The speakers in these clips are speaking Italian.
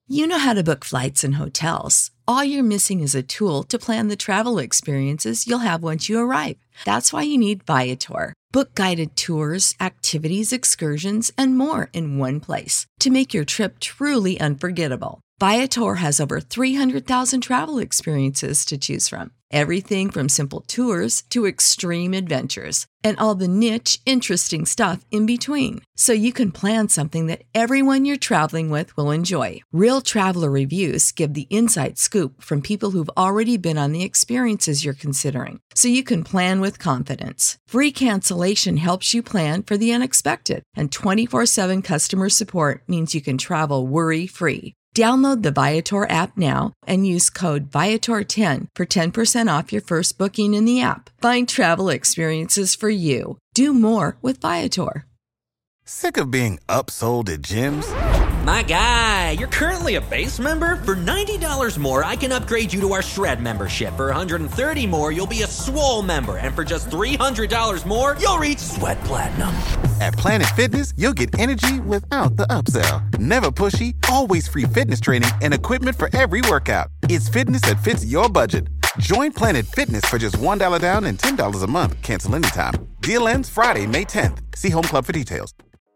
You know how to book flights and hotels. All you're missing is a tool to plan the travel experiences you'll have once you arrive. That's why you need Viator. Book guided tours, activities, excursions, and more in one place to make your trip truly unforgettable. Viator has over 300,000 travel experiences to choose from. Everything from simple tours to extreme adventures and all the niche, interesting stuff in between. So you can plan something that everyone you're traveling with will enjoy. Real traveler reviews give the inside scoop from people who've already been on the experiences you're considering. So you can plan with confidence. Free cancellation helps you plan for the unexpected. And 24/7 customer support means you can travel worry-free. Download the Viator app now and use code Viator10 for 10% off your first booking in the app. Find travel experiences for you. Do more with Viator. Sick of being upsold at gyms? My guy, you're currently a base member. For $90 more, I can upgrade you to our Shred membership. For $130 more, you'll be a Swole member. And for just $300 more, you'll reach Sweat Platinum. At Planet Fitness, you'll get energy without the upsell. Never pushy, always free fitness training and equipment for every workout. It's fitness that fits your budget. Join Planet Fitness for just $1 down and $10 a month. Cancel anytime. Deal ends Friday, May 10th. See Home Club for details.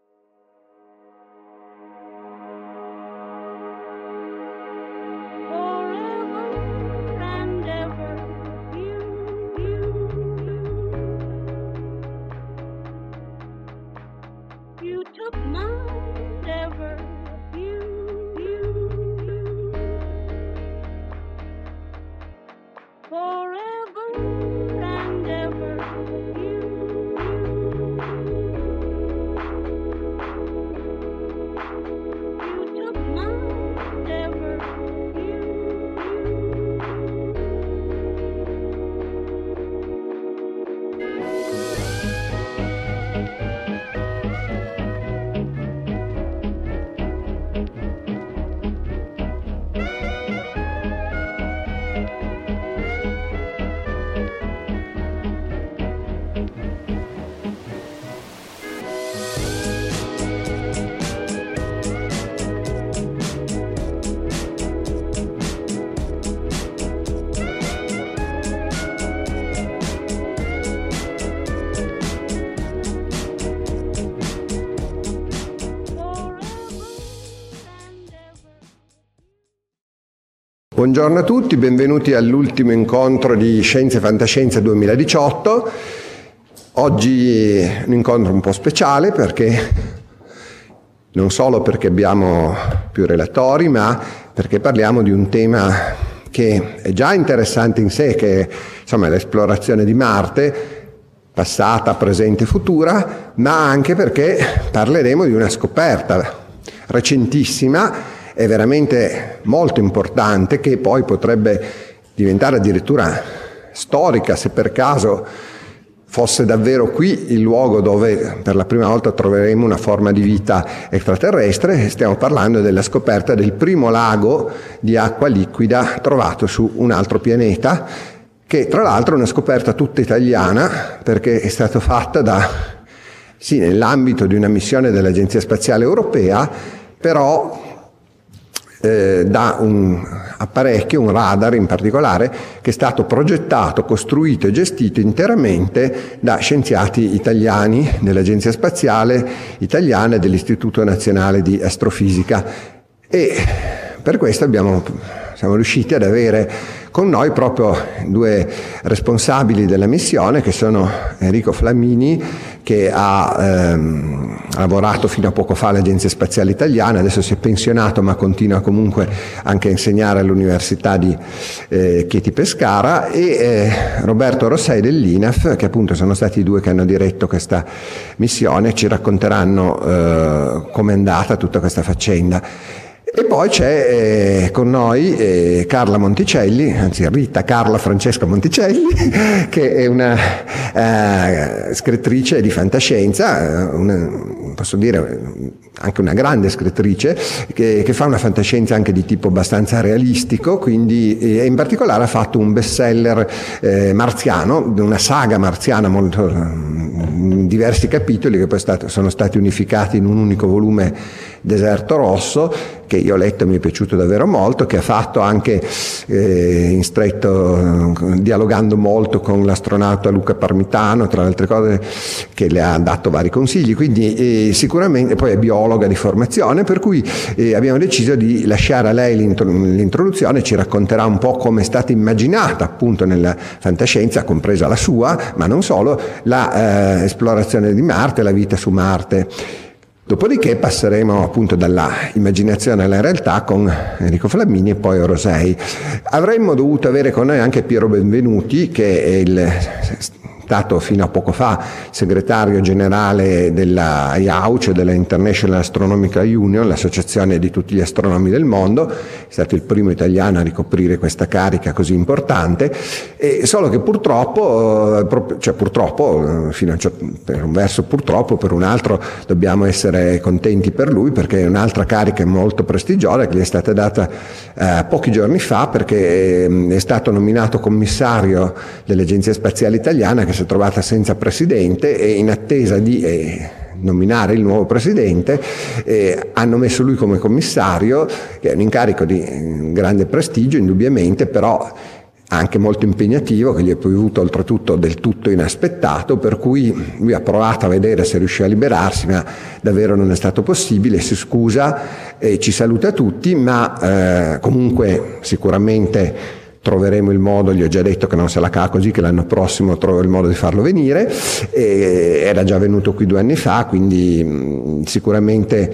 Buongiorno a tutti, benvenuti all'ultimo incontro di Scienze e Fantascienza 2018. Oggi è un incontro un po' speciale perché non solo perché abbiamo più relatori, ma perché parliamo di un tema che è già interessante in sé, che insomma è l'esplorazione di Marte, passata, presente e futura, ma anche perché parleremo di una scoperta recentissima è veramente molto importante, che poi potrebbe diventare addirittura storica se per caso fosse davvero qui il luogo dove per la prima volta troveremo una forma di vita extraterrestre. Stiamo parlando della scoperta del primo lago di acqua liquida trovato su un altro pianeta, che tra l'altro è una scoperta tutta italiana perché è stata fatta nell'ambito di una missione dell'Agenzia Spaziale Europea, però da un apparecchio, un radar in particolare, che è stato progettato, costruito e gestito interamente da scienziati italiani dell'Agenzia Spaziale Italiana e dell'Istituto Nazionale di Astrofisica. E per questo siamo riusciti ad avere con noi proprio due responsabili della missione, che sono Enrico Flamini, che ha lavorato fino a poco fa all'Agenzia Spaziale Italiana, adesso si è pensionato ma continua comunque anche a insegnare all'Università di Chieti Pescara, e Roberto Rossei dell'INAF, che appunto sono stati i due che hanno diretto questa missione, ci racconteranno com'è andata tutta questa faccenda. E poi c'è con noi Carla Monticelli, anzi Rita Carla Francesca Monticelli, che è una scrittrice di fantascienza, posso dire anche una grande scrittrice che fa una fantascienza anche di tipo abbastanza realistico, quindi in particolare ha fatto un bestseller marziano, una saga marziana molto in diversi capitoli che poi sono stati unificati in un unico volume, Deserto Rosso, che io ho letto e mi è piaciuto davvero molto, che ha fatto anche in stretto, dialogando molto con l'astronauta Luca Parmitano, tra le altre cose, che le ha dato vari consigli, quindi sicuramente poi è biologa di formazione, per cui abbiamo deciso di lasciare a lei l'introduzione, ci racconterà un po' come è stata immaginata appunto nella fantascienza, compresa la sua, ma non solo, la esplorazione di Marte, la vita su Marte. Dopodiché passeremo appunto dalla immaginazione alla realtà con Enrico Flammini e poi Orosei. Avremmo dovuto avere con noi anche Piero Benvenuti, che è stato fino a poco fa segretario generale della IAUC, della International Astronomical Union, l'associazione di tutti gli astronomi del mondo, è stato il primo italiano a ricoprire questa carica così importante, solo che purtroppo, fino a per un verso purtroppo, per un altro dobbiamo essere contenti per lui, perché è un'altra carica molto prestigiosa che gli è stata data pochi giorni fa, perché è stato nominato commissario dell'Agenzia Spaziale Italiana, che si è trovata senza presidente, e in attesa di nominare il nuovo presidente hanno messo lui come commissario, che è un incarico di grande prestigio indubbiamente, però anche molto impegnativo, che gli è piovuto oltretutto del tutto inaspettato, per cui lui ha provato a vedere se riusciva a liberarsi, ma davvero non è stato possibile. Si scusa e ci saluta tutti, ma comunque sicuramente troveremo il modo, gli ho già detto che non se la cava così, che l'anno prossimo trovo il modo di farlo venire, era già venuto qui 2 anni fa, quindi sicuramente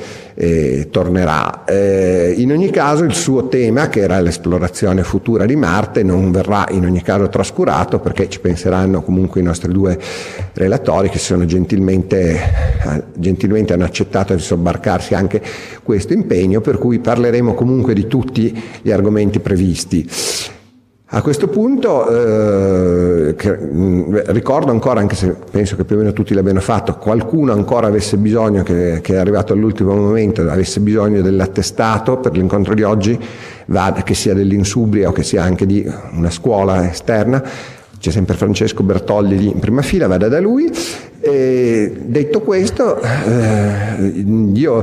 tornerà. In ogni caso il suo tema, che era l'esplorazione futura di Marte, non verrà in ogni caso trascurato, perché ci penseranno comunque i nostri 2 relatori, che sono gentilmente hanno accettato di sobbarcarsi anche questo impegno, per cui parleremo comunque di tutti gli argomenti previsti. A questo punto ricordo ancora, anche se penso che più o meno tutti l'abbiano fatto, qualcuno ancora avesse bisogno, che è arrivato all'ultimo momento, avesse bisogno dell'attestato per l'incontro di oggi, che sia dell'Insubria o che sia anche di una scuola esterna, c'è sempre Francesco Bertolli lì in prima fila, vada da lui. Detto questo, io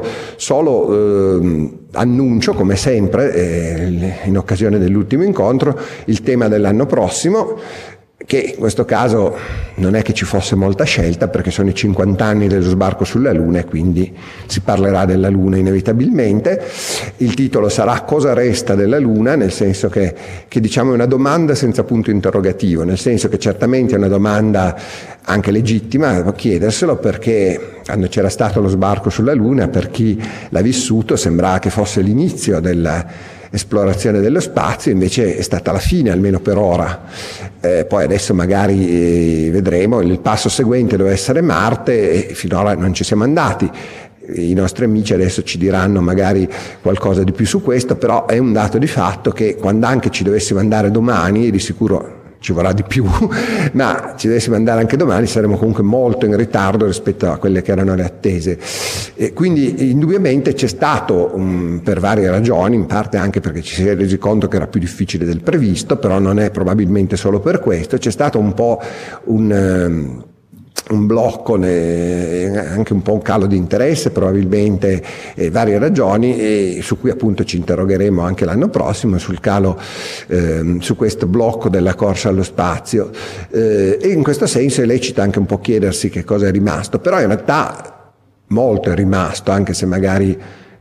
solo annuncio, come sempre, in occasione dell'ultimo incontro, il tema dell'anno prossimo, che in questo caso non è che ci fosse molta scelta, perché sono i 50 anni dello sbarco sulla Luna e quindi si parlerà della Luna inevitabilmente. Il titolo sarà Cosa resta della Luna, nel senso che diciamo è una domanda senza punto interrogativo, nel senso che certamente è una domanda anche legittima chiederselo, perché quando c'era stato lo sbarco sulla Luna, per chi l'ha vissuto sembrava che fosse l'inizio dell'esplorazione dello spazio, invece è stata la fine, almeno per ora. Poi adesso magari vedremo, il passo seguente deve essere Marte, e finora non ci siamo andati. I nostri amici adesso ci diranno magari qualcosa di più su questo, però è un dato di fatto che quando anche ci dovessimo andare domani, e di sicuro ci vorrà di più, ma ci dovessimo andare anche domani, saremo comunque molto in ritardo rispetto a quelle che erano le attese. Quindi indubbiamente c'è stato, per varie ragioni, in parte anche perché ci si è resi conto che era più difficile del previsto, però non è probabilmente solo per questo, c'è stato un po' un blocco, anche un po' un calo di interesse, probabilmente varie ragioni, e su cui appunto ci interrogheremo anche l'anno prossimo sul calo, su questo blocco della corsa allo spazio, e in questo senso è lecito anche un po' chiedersi che cosa è rimasto, però in realtà molto è rimasto, anche se magari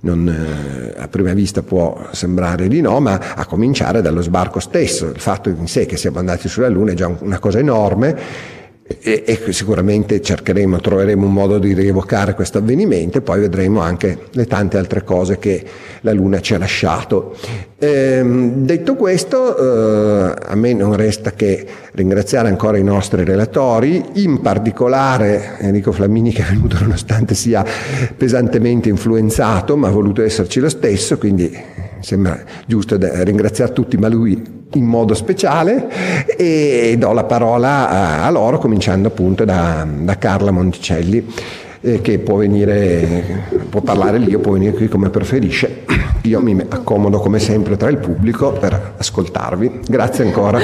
a prima vista può sembrare di no, ma a cominciare dallo sbarco stesso. Il fatto in sé che siamo andati sulla Luna è già una cosa enorme, e sicuramente troveremo un modo di rievocare questo avvenimento, e poi vedremo anche le tante altre cose che la Luna ci ha lasciato. Detto questo, a me non resta che ringraziare ancora i nostri relatori, in particolare Enrico Flammini, che è venuto nonostante sia pesantemente influenzato, ma ha voluto esserci lo stesso, quindi sembra giusto ringraziare tutti, ma lui in modo speciale, e do la parola a loro, cominciando appunto da Carla Monticelli. che può parlare lì o può venire qui come preferisce. Io mi accomodo come sempre tra il pubblico per ascoltarvi. Grazie ancora.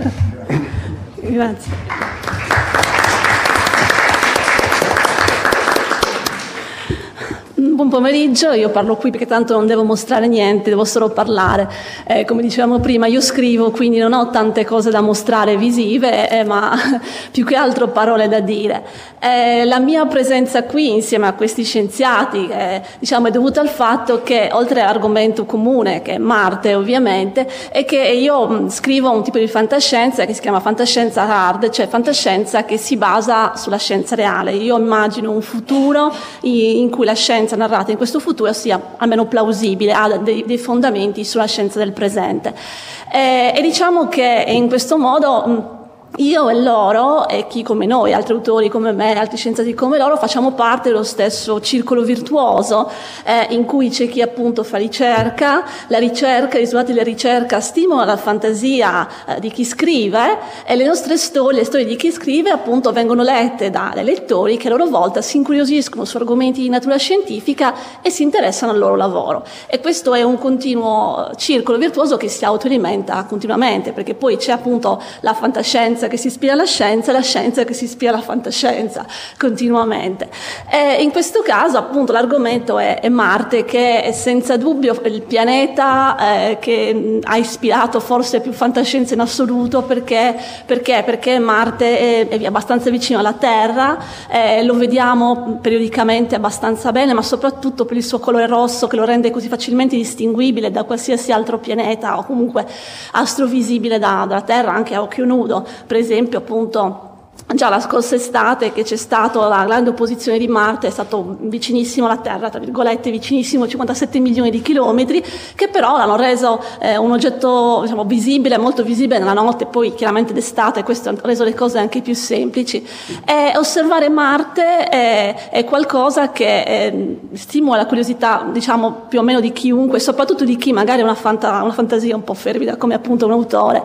Grazie. Buon pomeriggio, io parlo qui perché tanto non devo mostrare niente, devo solo parlare. Come dicevamo prima, io scrivo, quindi non ho tante cose da mostrare visive, ma più che altro parole da dire. La mia presenza qui insieme a questi scienziati diciamo, è dovuta al fatto che, oltre all'argomento comune, che è Marte ovviamente, è che io scrivo un tipo di fantascienza che si chiama fantascienza hard, cioè fantascienza che si basa sulla scienza reale. Io immagino un futuro in cui la scienza narrata in questo futuro sia almeno plausibile, ha dei fondamenti sulla scienza del presente. E diciamo che in questo modo io e loro, e chi come noi, altri autori come me, altri scienziati come loro, facciamo parte dello stesso circolo virtuoso in cui c'è chi appunto fa ricerca, i risultati della ricerca stimolano la fantasia di chi scrive, e le nostre storie, le storie di chi scrive appunto vengono lette dai lettori che a loro volta si incuriosiscono su argomenti di natura scientifica e si interessano al loro lavoro. E questo è un continuo circolo virtuoso che si autoalimenta continuamente, perché poi c'è appunto la fantascienza che si ispira alla scienza e la scienza che si ispira alla fantascienza continuamente. E in questo caso appunto l'argomento è Marte, che è senza dubbio il pianeta che ha ispirato forse più fantascienza in assoluto, perché Marte è abbastanza vicino alla Terra, lo vediamo periodicamente abbastanza bene, ma soprattutto per il suo colore rosso che lo rende così facilmente distinguibile da qualsiasi altro pianeta o comunque astrovisibile dalla Terra anche a occhio nudo. Per esempio appunto già la scorsa estate che c'è stata la grande opposizione di Marte, è stato vicinissimo alla Terra, tra virgolette vicinissimo, 57 milioni di chilometri, che però l'hanno reso un oggetto diciamo visibile, molto visibile nella notte, poi chiaramente d'estate, questo ha reso le cose anche più semplici. Osservare Marte è qualcosa che stimola la curiosità diciamo più o meno di chiunque, soprattutto di chi magari ha una fantasia un po' fervida come appunto un autore.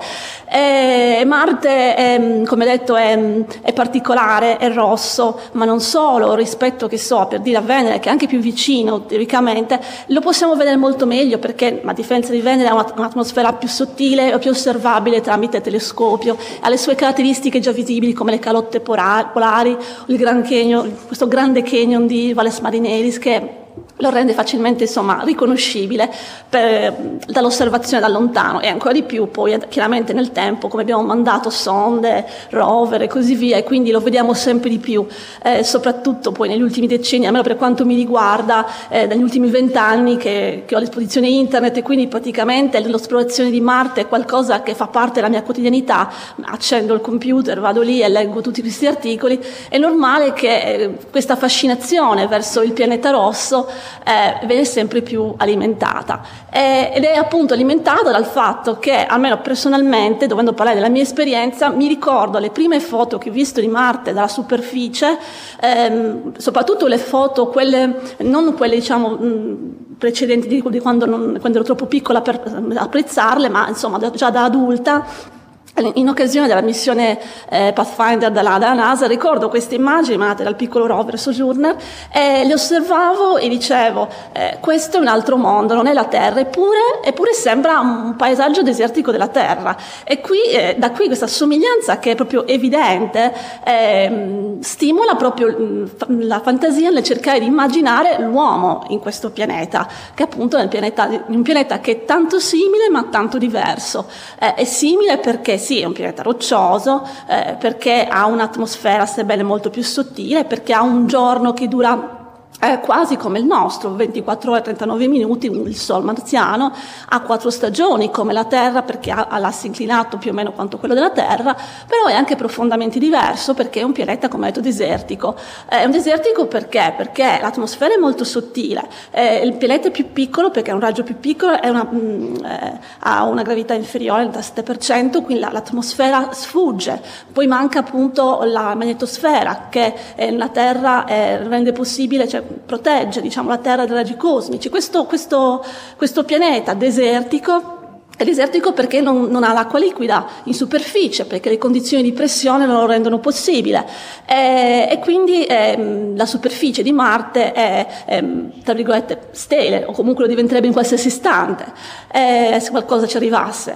Marte come detto è particolare, è rosso, ma non solo, rispetto che so, per dire a Venere, che è anche più vicino teoricamente, lo possiamo vedere molto meglio perché, a differenza di Venere, ha un'atmosfera più sottile o più osservabile tramite telescopio, ha le sue caratteristiche già visibili come le calotte polari, il Grand Canyon, questo grande canyon di Valles Marineris che lo rende facilmente insomma riconoscibile dall'osservazione da lontano, e ancora di più poi chiaramente nel tempo, come abbiamo mandato sonde, rover e così via, e quindi lo vediamo sempre di più, soprattutto poi negli ultimi decenni, almeno per quanto mi riguarda, negli ultimi 20 anni che ho a disposizione internet, e quindi praticamente l'esplorazione di Marte è qualcosa che fa parte della mia quotidianità. Accendo il computer, vado lì e leggo tutti questi articoli. È normale che questa fascinazione verso il pianeta rosso viene sempre più alimentata, ed è appunto alimentata dal fatto che, almeno personalmente, dovendo parlare della mia esperienza, mi ricordo le prime foto che ho visto di Marte dalla superficie, soprattutto le foto, non quelle diciamo precedenti di quando ero troppo piccola per apprezzarle, ma insomma già da adulta. In occasione della missione Pathfinder della NASA, ricordo queste immagini mandate dal piccolo rover Sojourner, e le osservavo e dicevo questo è un altro mondo, non è la Terra, eppure sembra un paesaggio desertico della Terra. E qui da qui questa somiglianza, che è proprio evidente, stimola proprio la fantasia nel cercare di immaginare l'uomo in questo pianeta, che appunto è un pianeta che è tanto simile ma tanto diverso. È simile perché sì, è un pianeta roccioso, perché ha un'atmosfera sebbene molto più sottile, perché ha un giorno che dura quasi come il nostro, 24 ore e 39 minuti, il Sol marziano, ha 4 stagioni come la Terra, perché ha l'asse inclinato più o meno quanto quello della Terra, però è anche profondamente diverso perché è un pianeta, come detto, desertico. È un desertico perché l'atmosfera è molto sottile, il pianeta è più piccolo perché ha un raggio più piccolo, ha una gravità inferiore al 7%, quindi l'atmosfera sfugge. Poi manca appunto la magnetosfera che la Terra rende possibile, cioè protegge diciamo la Terra dai raggi cosmici. Questo pianeta desertico È desertico perché non ha l'acqua liquida in superficie, perché le condizioni di pressione non lo rendono possibile, e quindi la superficie di Marte è tra virgolette sterile, o comunque lo diventerebbe in qualsiasi istante se qualcosa ci arrivasse.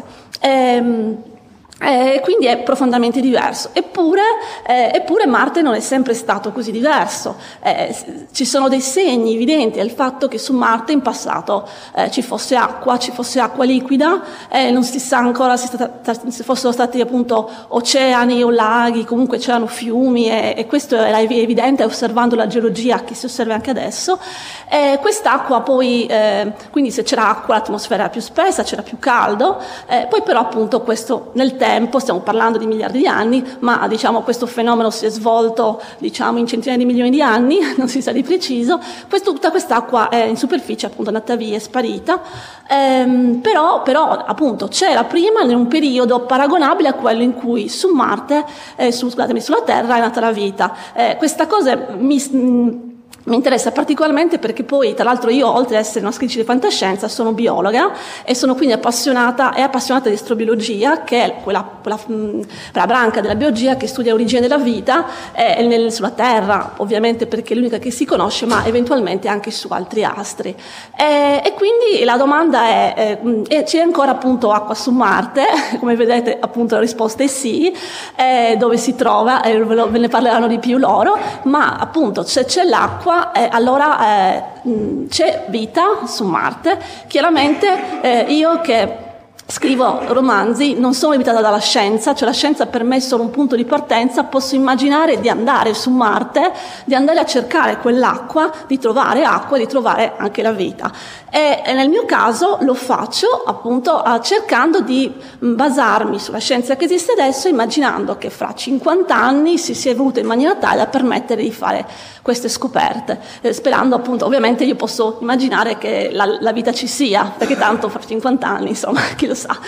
Quindi è profondamente diverso. Eppure Marte non è sempre stato così diverso. Ci sono dei segni evidenti del fatto che su Marte in passato ci fosse acqua liquida, non si sa ancora se fossero stati appunto oceani o laghi, comunque c'erano fiumi, e questo era evidente osservando la geologia che si osserva anche adesso. Quest'acqua poi, quindi se c'era acqua l'atmosfera era più spessa, c'era più caldo, poi però appunto questo nel tempo, stiamo parlando di miliardi di anni, ma diciamo questo fenomeno si è svolto diciamo in centinaia di milioni di anni, non si sa di preciso, tutta quest'acqua è in superficie appunto è andata via, è sparita, però appunto c'era prima in un periodo paragonabile a quello in cui su Marte, sulla Terra è nata la vita. Questa cosa mi interessa particolarmente perché poi, tra l'altro, io oltre ad essere una scrittrice di fantascienza sono biologa e sono quindi appassionata di astrobiologia, che è quella branca della biologia che studia l'origine della vita sulla Terra, ovviamente perché è l'unica che si conosce, ma eventualmente anche su altri astri. E quindi la domanda è c'è ancora appunto acqua su Marte? Come vedete appunto la risposta è sì, dove si trova, ve ne parleranno di più loro, ma appunto se c'è l'acqua allora c'è vita su Marte. Chiaramente io che scrivo romanzi non sono limitata dalla scienza, cioè la scienza per me è solo un punto di partenza, posso immaginare di andare su Marte, di andare a cercare quell'acqua, di trovare acqua, di trovare anche la vita. E nel mio caso lo faccio appunto cercando di basarmi sulla scienza che esiste adesso, immaginando che fra 50 anni si è evoluta in maniera tale da permettere di fare queste scoperte, sperando appunto, ovviamente io posso immaginare che la vita ci sia, perché tanto fra 50 anni insomma chi lo sa.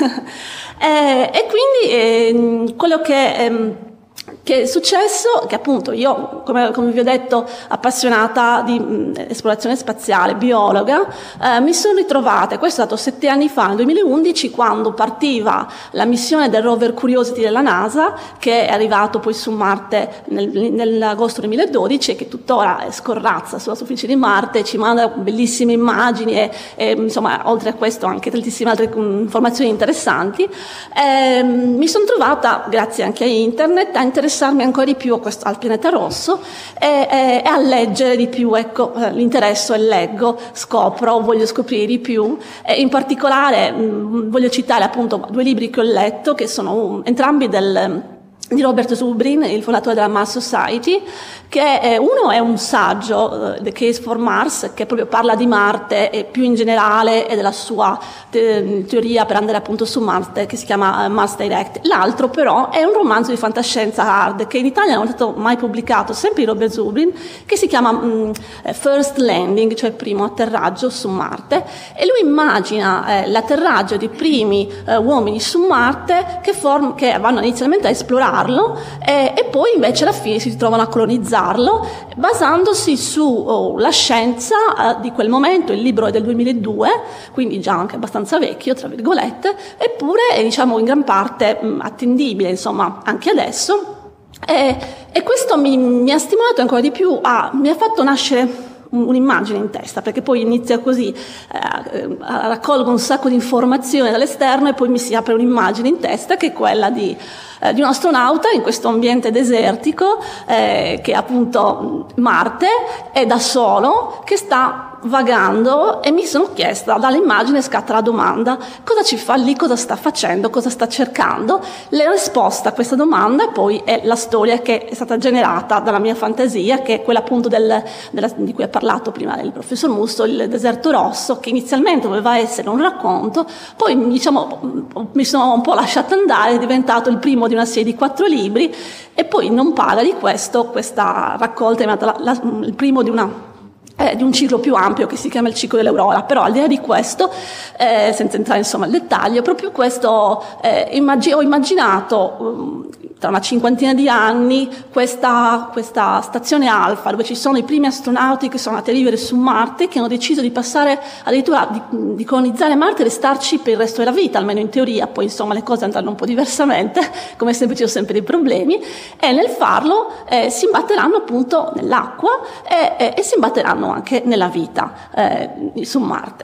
E quindi quello che è successo, che appunto io, come vi ho detto, appassionata di esplorazione spaziale, biologa, mi sono ritrovata, questo è stato 7 anni fa, nel 2011, quando partiva la missione del rover Curiosity della NASA, che è arrivato poi su Marte nell'agosto 2012 e che tuttora scorrazza sulla superficie di Marte, ci manda bellissime immagini e insomma, oltre a questo anche tantissime altre informazioni interessanti. Mi sono trovata, grazie anche a internet, a interessarmi ancora di più al pianeta rosso e a leggere di più, ecco, l'interesse è leggo, scopro, voglio scoprire di più, in particolare voglio citare appunto 2 libri che ho letto, che sono entrambi di Robert Zubrin, il fondatore della Mars Society, che uno è un saggio, The Case for Mars, che proprio parla di Marte e più in generale e della sua teoria per andare appunto su Marte, che si chiama Mars Direct. L'altro però è un romanzo di fantascienza hard, che in Italia non è stato mai pubblicato, sempre di Robert Zubrin, che si chiama First Landing, cioè primo atterraggio su Marte, e lui immagina l'atterraggio dei primi uomini su Marte che vanno inizialmente a esplorare e poi invece alla fine si ritrovano a colonizzarlo, basandosi sulla scienza di quel momento. Il libro è del 2002, quindi già anche abbastanza vecchio, tra virgolette, eppure è diciamo in gran parte attendibile, insomma, anche adesso. E questo mi ha stimolato ancora di più, mi ha fatto nascere un'immagine in testa, perché poi inizia così, raccolgo un sacco di informazioni dall'esterno e poi mi si apre un'immagine in testa che è quella di un astronauta in questo ambiente desertico, che è appunto Marte, è da solo, che sta vagando, e mi sono chiesta, dall'immagine scatta la domanda: cosa ci fa lì, cosa sta facendo, cosa sta cercando? La risposta a questa domanda poi è la storia che è stata generata dalla mia fantasia, che è quella appunto di cui ha parlato prima il professor Musso, il deserto rosso, che inizialmente doveva essere un racconto, poi diciamo mi sono un po' lasciata andare, è diventato il primo di una serie di 4 libri, e poi non parla di questo, questa raccolta è diventata il primo di un ciclo più ampio che si chiama il ciclo dell'Aurora. Però al di là di questo, senza entrare insomma nel dettaglio, proprio questo ho immaginato tra una cinquantina di anni questa stazione Alpha, dove ci sono i primi astronauti che sono andati a vivere su Marte, che hanno deciso di passare addirittura di colonizzare Marte e restarci per il resto della vita, almeno in teoria. Poi insomma le cose andranno un po' diversamente, come sempre ci sono sempre dei problemi, e nel farlo si imbatteranno appunto nell'acqua e si imbatteranno anche nella vita su Marte.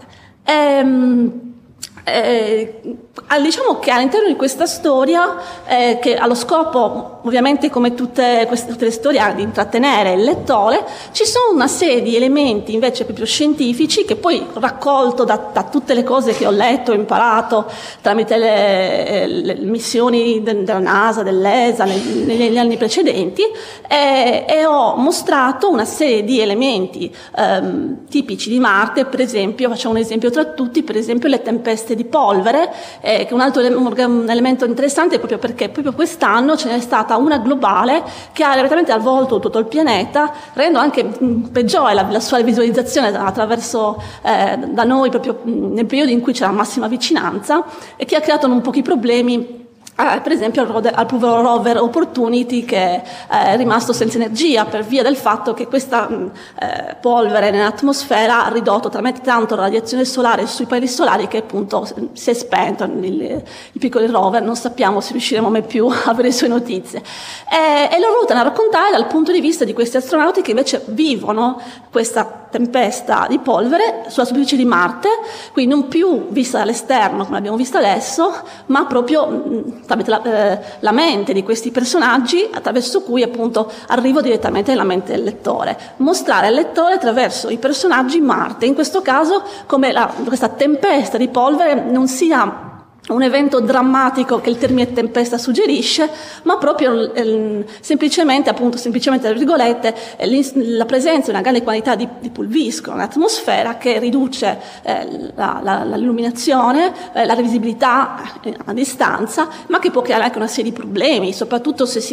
Diciamo che all'interno di questa storia, che ha lo scopo, ovviamente come tutte le storie, di intrattenere il lettore, ci sono una serie di elementi invece proprio scientifici che poi raccolto da tutte le cose che ho letto e imparato tramite le missioni della NASA, dell'ESA negli anni precedenti, e ho mostrato una serie di elementi tipici di Marte. Per esempio, facciamo un esempio tra tutti, per esempio le tempeste di polvere, che un altro un elemento interessante, proprio perché proprio quest'anno ce n'è stata una globale che ha veramente avvolto tutto il pianeta, rendendo anche peggiore la sua visualizzazione attraverso da noi proprio nel periodo in cui c'era massima vicinanza, e che ha creato non pochi problemi. Per esempio al povero rover Opportunity, che è rimasto senza energia per via del fatto che questa polvere nell'atmosfera ha ridotto talmente tanto la radiazione solare sui pali solari che appunto si è spento il piccolo rover. Non sappiamo se riusciremo mai più a avere le sue notizie, e l'ho voluta raccontare dal punto di vista di questi astronauti che invece vivono questa tempesta di polvere sulla superficie di Marte, quindi non più vista dall'esterno come l'abbiamo vista adesso, ma proprio tramite la mente di questi personaggi, attraverso cui appunto arrivo direttamente nella mente del lettore. Mostrare al lettore attraverso i personaggi Marte, in questo caso come questa tempesta di polvere non sia un evento drammatico che il termine tempesta suggerisce, ma proprio semplicemente tra virgolette, la presenza di una grande quantità di pulviscolo nell'atmosfera che riduce l'illuminazione, la visibilità a distanza, ma che può creare anche una serie di problemi, soprattutto se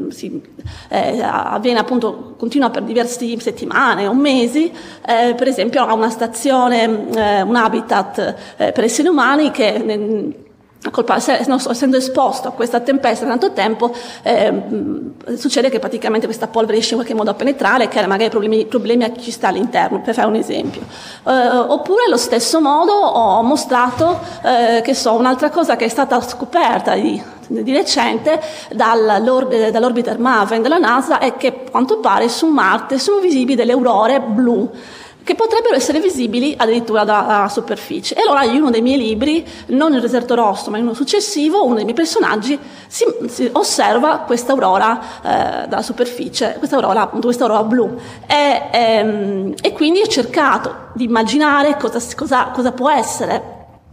avviene appunto, continua per diverse settimane o mesi. Per esempio ha una stazione, un habitat per esseri umani che essendo esposto a questa tempesta da tanto tempo, succede che praticamente questa polvere riesce in qualche modo a penetrare e crea magari problemi a chi ci sta all'interno, per fare un esempio. Oppure allo stesso modo ho mostrato un'altra cosa che è stata scoperta di recente dall'orbiter Maven della NASA, è che a quanto pare su Marte sono visibili delle aurore blu che potrebbero essere visibili addirittura dalla superficie. E allora in uno dei miei libri, non il Deserto Rosso, ma in uno successivo, uno dei miei personaggi si osserva questa aurora dalla superficie, questa aurora blu. E quindi ho cercato di immaginare cosa può essere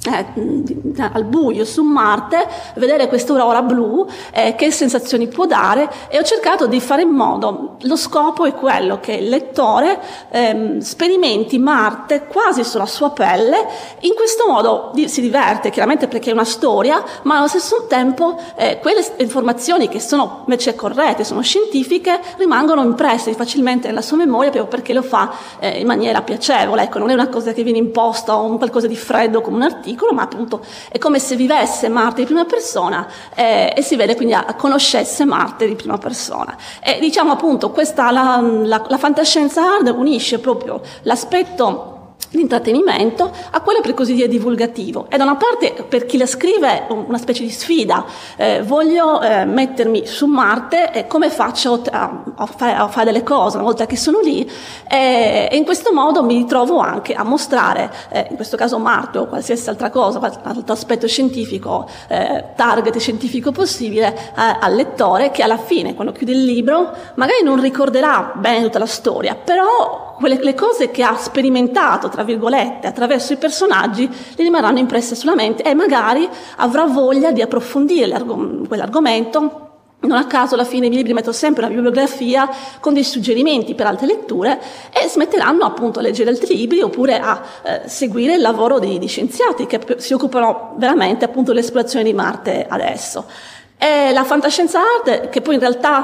al buio su Marte, vedere questa aurora blu, che sensazioni può dare, e ho cercato di fare in modo, lo scopo è quello che il lettore sperimenti Marte quasi sulla sua pelle. In questo modo si diverte, chiaramente perché è una storia, ma allo stesso tempo quelle informazioni che sono invece corrette, sono scientifiche, rimangono impresse facilmente nella sua memoria, proprio perché lo fa in maniera piacevole. Ecco, non è una cosa che viene imposta o un qualcosa di freddo come un articolo, ma appunto è come se vivesse Marte di prima persona, e si vede quindi conoscesse Marte di prima persona. E diciamo appunto la fantascienza hard unisce proprio l'aspetto di intrattenimento a quello, per così dire, divulgativo. E da una parte, per chi la scrive, una specie di sfida, voglio mettermi su Marte, e come faccio a fare delle cose una volta che sono lì, e in questo modo mi ritrovo anche a mostrare, in questo caso Marte o qualsiasi altra cosa, altro aspetto scientifico, target scientifico possibile, al lettore, che alla fine, quando chiude il libro, magari non ricorderà bene tutta la storia, però le cose che ha sperimentato, tra virgolette, attraverso i personaggi, le rimarranno impresse sulla mente, e magari avrà voglia di approfondire quell'argomento. Non a caso alla fine dei miei libri metto sempre una bibliografia con dei suggerimenti per altre letture, e smetteranno appunto a leggere altri libri oppure a seguire il lavoro di scienziati che si occupano veramente appunto dell'esplorazione di Marte adesso. E la fantascienza hard, che poi in realtà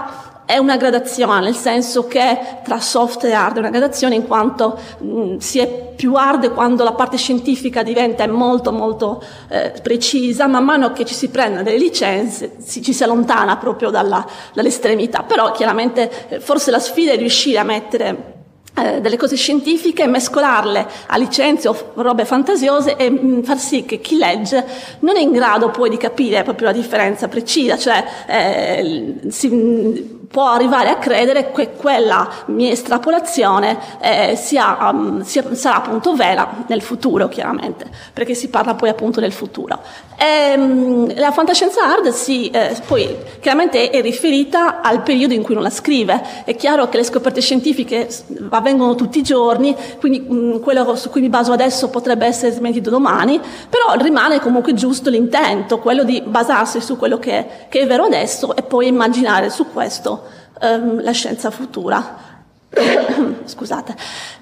è una gradazione, nel senso che tra soft e hard è una gradazione, in quanto si è più hard quando la parte scientifica diventa molto molto precisa. Man mano che ci si prendono delle licenze ci si allontana proprio dall'estremità. Però chiaramente forse la sfida è riuscire a mettere delle cose scientifiche, mescolarle a licenze o robe fantasiose e far sì che chi legge non è in grado poi di capire proprio la differenza precisa, cioè si può arrivare a credere che quella mia estrapolazione sarà appunto vera nel futuro, chiaramente, perché si parla poi appunto del futuro. La fantascienza hard poi chiaramente è riferita al periodo in cui uno la scrive. È chiaro che le scoperte scientifiche avvengono tutti i giorni, quindi quello su cui mi baso adesso potrebbe essere smentito domani, però rimane comunque giusto l'intento, quello di basarsi su quello che è vero adesso e poi immaginare su questo la scienza futura. Scusate.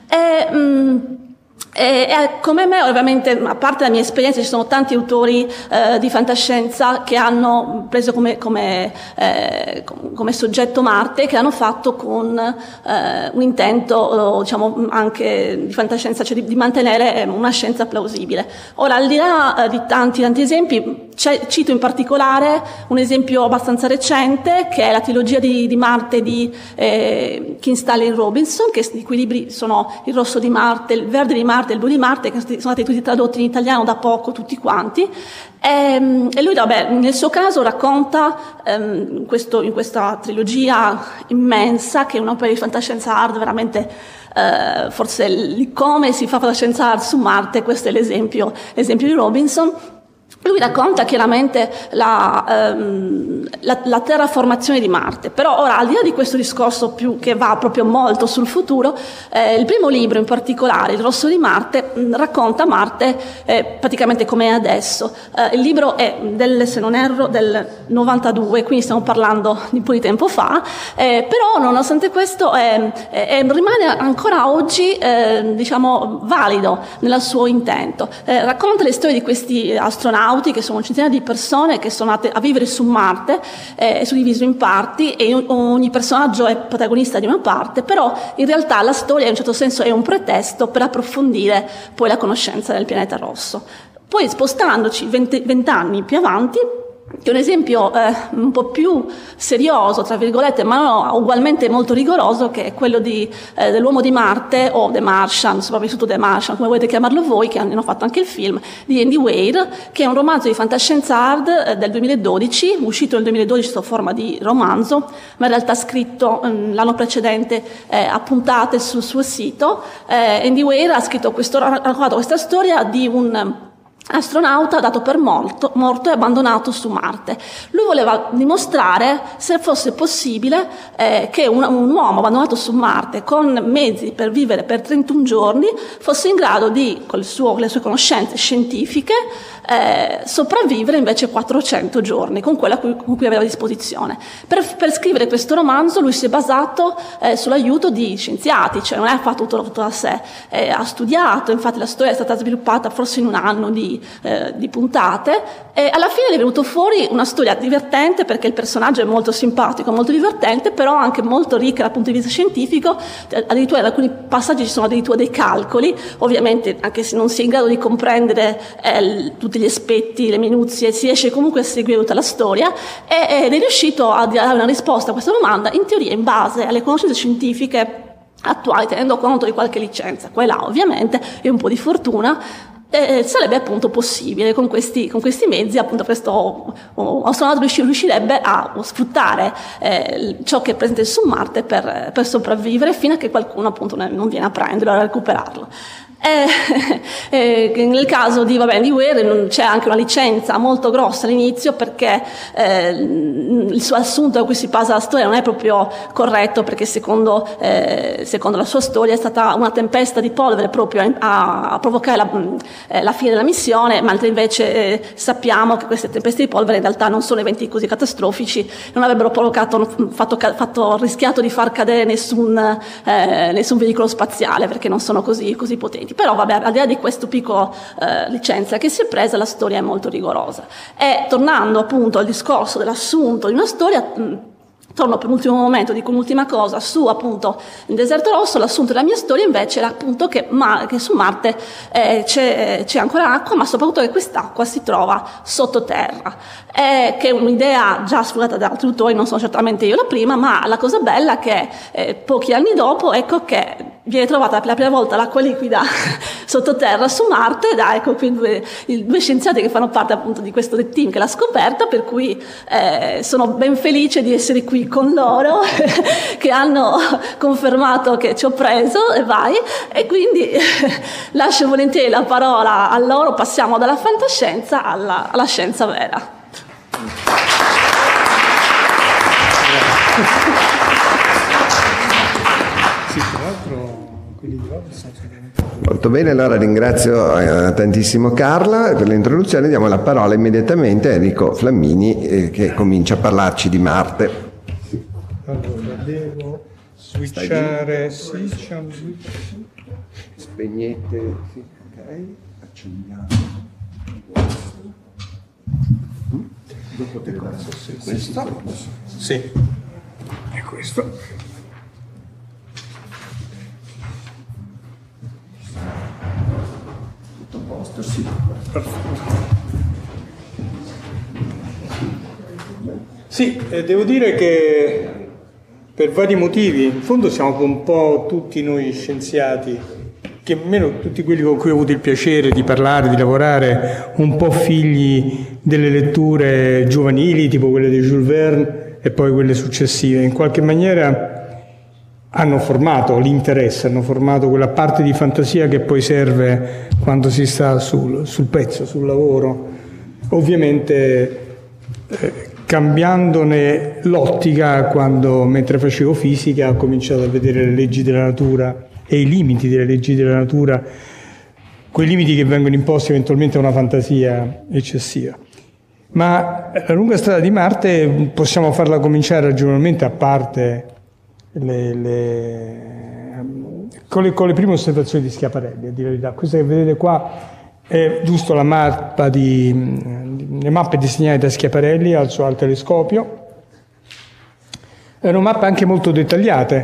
Come me, ovviamente, a parte la mia esperienza, ci sono tanti autori di fantascienza che hanno preso come soggetto Marte, che hanno fatto con un intento, diciamo, anche di fantascienza, cioè di mantenere una scienza plausibile. Ora, al di là di tanti esempi, cito in particolare un esempio abbastanza recente, che è la trilogia di Marte di Kim Stanley Robinson, i cui libri sono Il rosso di Marte, Il verde di Marte e Il blu di Marte, che sono stati tutti tradotti in italiano da poco, tutti quanti. E lui, nel suo caso, racconta in questa trilogia immensa, che è un'opera di fantascienza hard veramente, forse come si fa fantascienza hard su Marte. Questo è l'esempio di Robinson. Lui racconta chiaramente la terraformazione di Marte, però ora, al di là di questo discorso che va proprio molto sul futuro, il primo libro in particolare, Il rosso di Marte, racconta Marte praticamente come è adesso. Il libro è se non erro, del 92, quindi stiamo parlando di un po' di tempo fa, però nonostante questo rimane ancora oggi diciamo valido nel suo intento. Racconta le storie di questi astronauti, che sono centinaia di persone che sono andate a vivere su Marte, suddiviso in parti, e ogni personaggio è protagonista di una parte, però in realtà la storia in un certo senso è un pretesto per approfondire poi la conoscenza del pianeta rosso. Poi, spostandoci 20 anni più avanti, che è un esempio un po' più serioso, tra virgolette, ma ugualmente molto rigoroso, che è quello dell'uomo di Marte, o The Martian, sopravvissuto The Martian, come volete chiamarlo voi, che hanno fatto anche il film, di Andy Weir, che è un romanzo di fantascienza hard del 2012, uscito nel 2012 sotto forma di romanzo, ma in realtà scritto l'anno precedente a puntate sul suo sito. Andy Weir ha raccontato questa storia di un astronauta dato per morto e abbandonato su Marte. Lui voleva dimostrare se fosse possibile che un uomo abbandonato su Marte, con mezzi per vivere per 31 giorni, fosse in grado di, con le sue conoscenze scientifiche, sopravvivere invece 400 giorni con quella con cui aveva a disposizione. Per scrivere questo romanzo lui si è basato sull'aiuto di scienziati, cioè non è fatto tutto da sé, ha studiato. Infatti la storia è stata sviluppata forse in un anno di puntate, e alla fine è venuto fuori una storia divertente, perché il personaggio è molto simpatico, molto divertente, però anche molto ricca dal punto di vista scientifico. Addirittura in alcuni passaggi ci sono addirittura dei calcoli, ovviamente anche se non si è in grado di comprendere tutti gli aspetti, le minuzie, si riesce comunque a seguire tutta la storia, ed è riuscito a dare una risposta a questa domanda, in teoria in base alle conoscenze scientifiche attuali, tenendo conto di qualche licenza qua e là ovviamente, e un po' di fortuna. Sarebbe appunto possibile con questi mezzi, appunto questo astronauta riuscirebbe a sfruttare ciò che è presente su Marte per sopravvivere, fino a che qualcuno appunto non viene a prenderlo, a recuperarlo. Nel caso di Weir c'è anche una licenza molto grossa all'inizio, perché il suo assunto da cui si basa la storia non è proprio corretto, perché secondo la sua storia è stata una tempesta di polvere proprio a provocare la fine della missione, mentre invece sappiamo che queste tempeste di polvere in realtà non sono eventi così catastrofici, non avrebbero rischiato di far cadere nessun veicolo spaziale, perché non sono così potenti. Però vabbè, al di là di questo piccolo licenza che si è presa, la storia è molto rigorosa. E tornando appunto al discorso dell'assunto di una storia, torno per l'ultimo momento, dico un'ultima cosa, su appunto il deserto rosso, l'assunto della mia storia invece era appunto che su Marte c'è ancora acqua, ma soprattutto che quest'acqua si trova sottoterra, che è un'idea già sfruttata da altri autori, non sono certamente io la prima, ma la cosa bella è che pochi anni dopo, ecco che viene trovata per la prima volta l'acqua liquida sottoterra su Marte, ecco qui due scienziati che fanno parte appunto di questo team che l'ha scoperta, per cui sono ben felice di essere qui con loro che hanno confermato che ci ho preso e vai, e quindi lascio volentieri la parola a loro, passiamo dalla fantascienza alla scienza vera. Sì, tra l'altro quelli di là sono Molto bene, allora ringrazio tantissimo Carla per l'introduzione. Diamo la parola immediatamente a Enrico Flammini che comincia a parlarci di Marte. Allora, devo switchare, sì, c'è un switch. Spegnete, sì, ok, accendiamo. Dopo te questo? Sì, è questo. Tutto a posto, sì. Perfetto. Sì, devo dire che per vari motivi, in fondo siamo un po' tutti noi scienziati, che almeno tutti quelli con cui ho avuto il piacere di parlare, di lavorare, un po' figli delle letture giovanili, tipo quelle di Jules Verne e poi quelle successive. In qualche maniera hanno formato l'interesse, hanno formato quella parte di fantasia che poi serve quando si sta sul pezzo, sul lavoro. Ovviamente cambiandone l'ottica quando, mentre facevo fisica, ho cominciato a vedere le leggi della natura e i limiti delle leggi della natura, quei limiti che vengono imposti eventualmente a una fantasia eccessiva. Ma la lunga strada di Marte possiamo farla cominciare ragionevolmente, a parte con le prime osservazioni di Schiaparelli, a dire la verità. Questa che vedete qua è giusto la mappa le mappe disegnate da Schiaparelli al telescopio. Erano mappe anche molto dettagliate.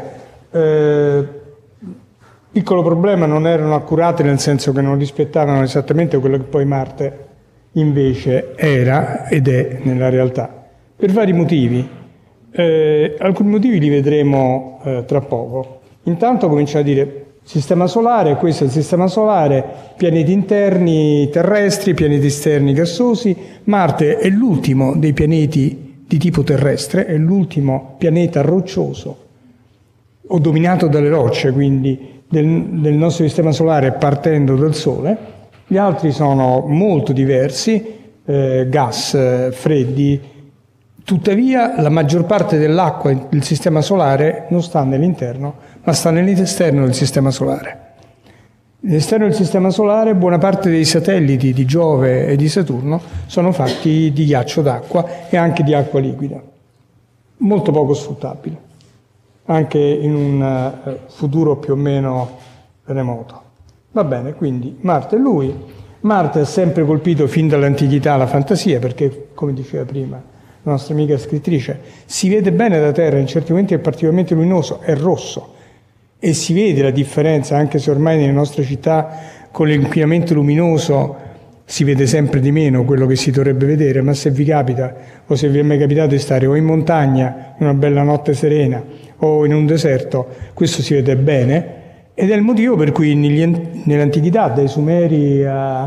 Piccolo problema, non erano accurate, nel senso che non rispettavano esattamente quello che poi Marte invece era ed è nella realtà, per vari motivi. Alcuni motivi li vedremo tra poco. Intanto cominciamo a dire sistema solare, questo è il sistema solare, pianeti interni terrestri, pianeti esterni gassosi. Marte è l'ultimo dei pianeti di tipo terrestre, è l'ultimo pianeta roccioso o dominato dalle rocce, quindi del nostro sistema solare, partendo dal Sole. Gli altri sono molto diversi, gas, freddi. Tuttavia la maggior parte dell'acqua del sistema solare non sta nell'interno, ma sta nell'esterno del sistema solare. Nell'esterno del sistema solare buona parte dei satelliti di Giove e di Saturno sono fatti di ghiaccio d'acqua e anche di acqua liquida, molto poco sfruttabile, anche in un futuro più o meno remoto. Va bene, quindi Marte è lui. Marte ha sempre colpito fin dall'antichità la fantasia, perché, come diceva prima la nostra amica scrittrice, si vede bene da terra, in certi momenti è particolarmente luminoso, è rosso, e si vede la differenza, anche se ormai nelle nostre città con l'inquinamento luminoso si vede sempre di meno quello che si dovrebbe vedere. Ma se vi capita, o se vi è mai capitato di stare o in montagna in una bella notte serena o in un deserto, questo si vede bene, ed è il motivo per cui nell'antichità, dai Sumeri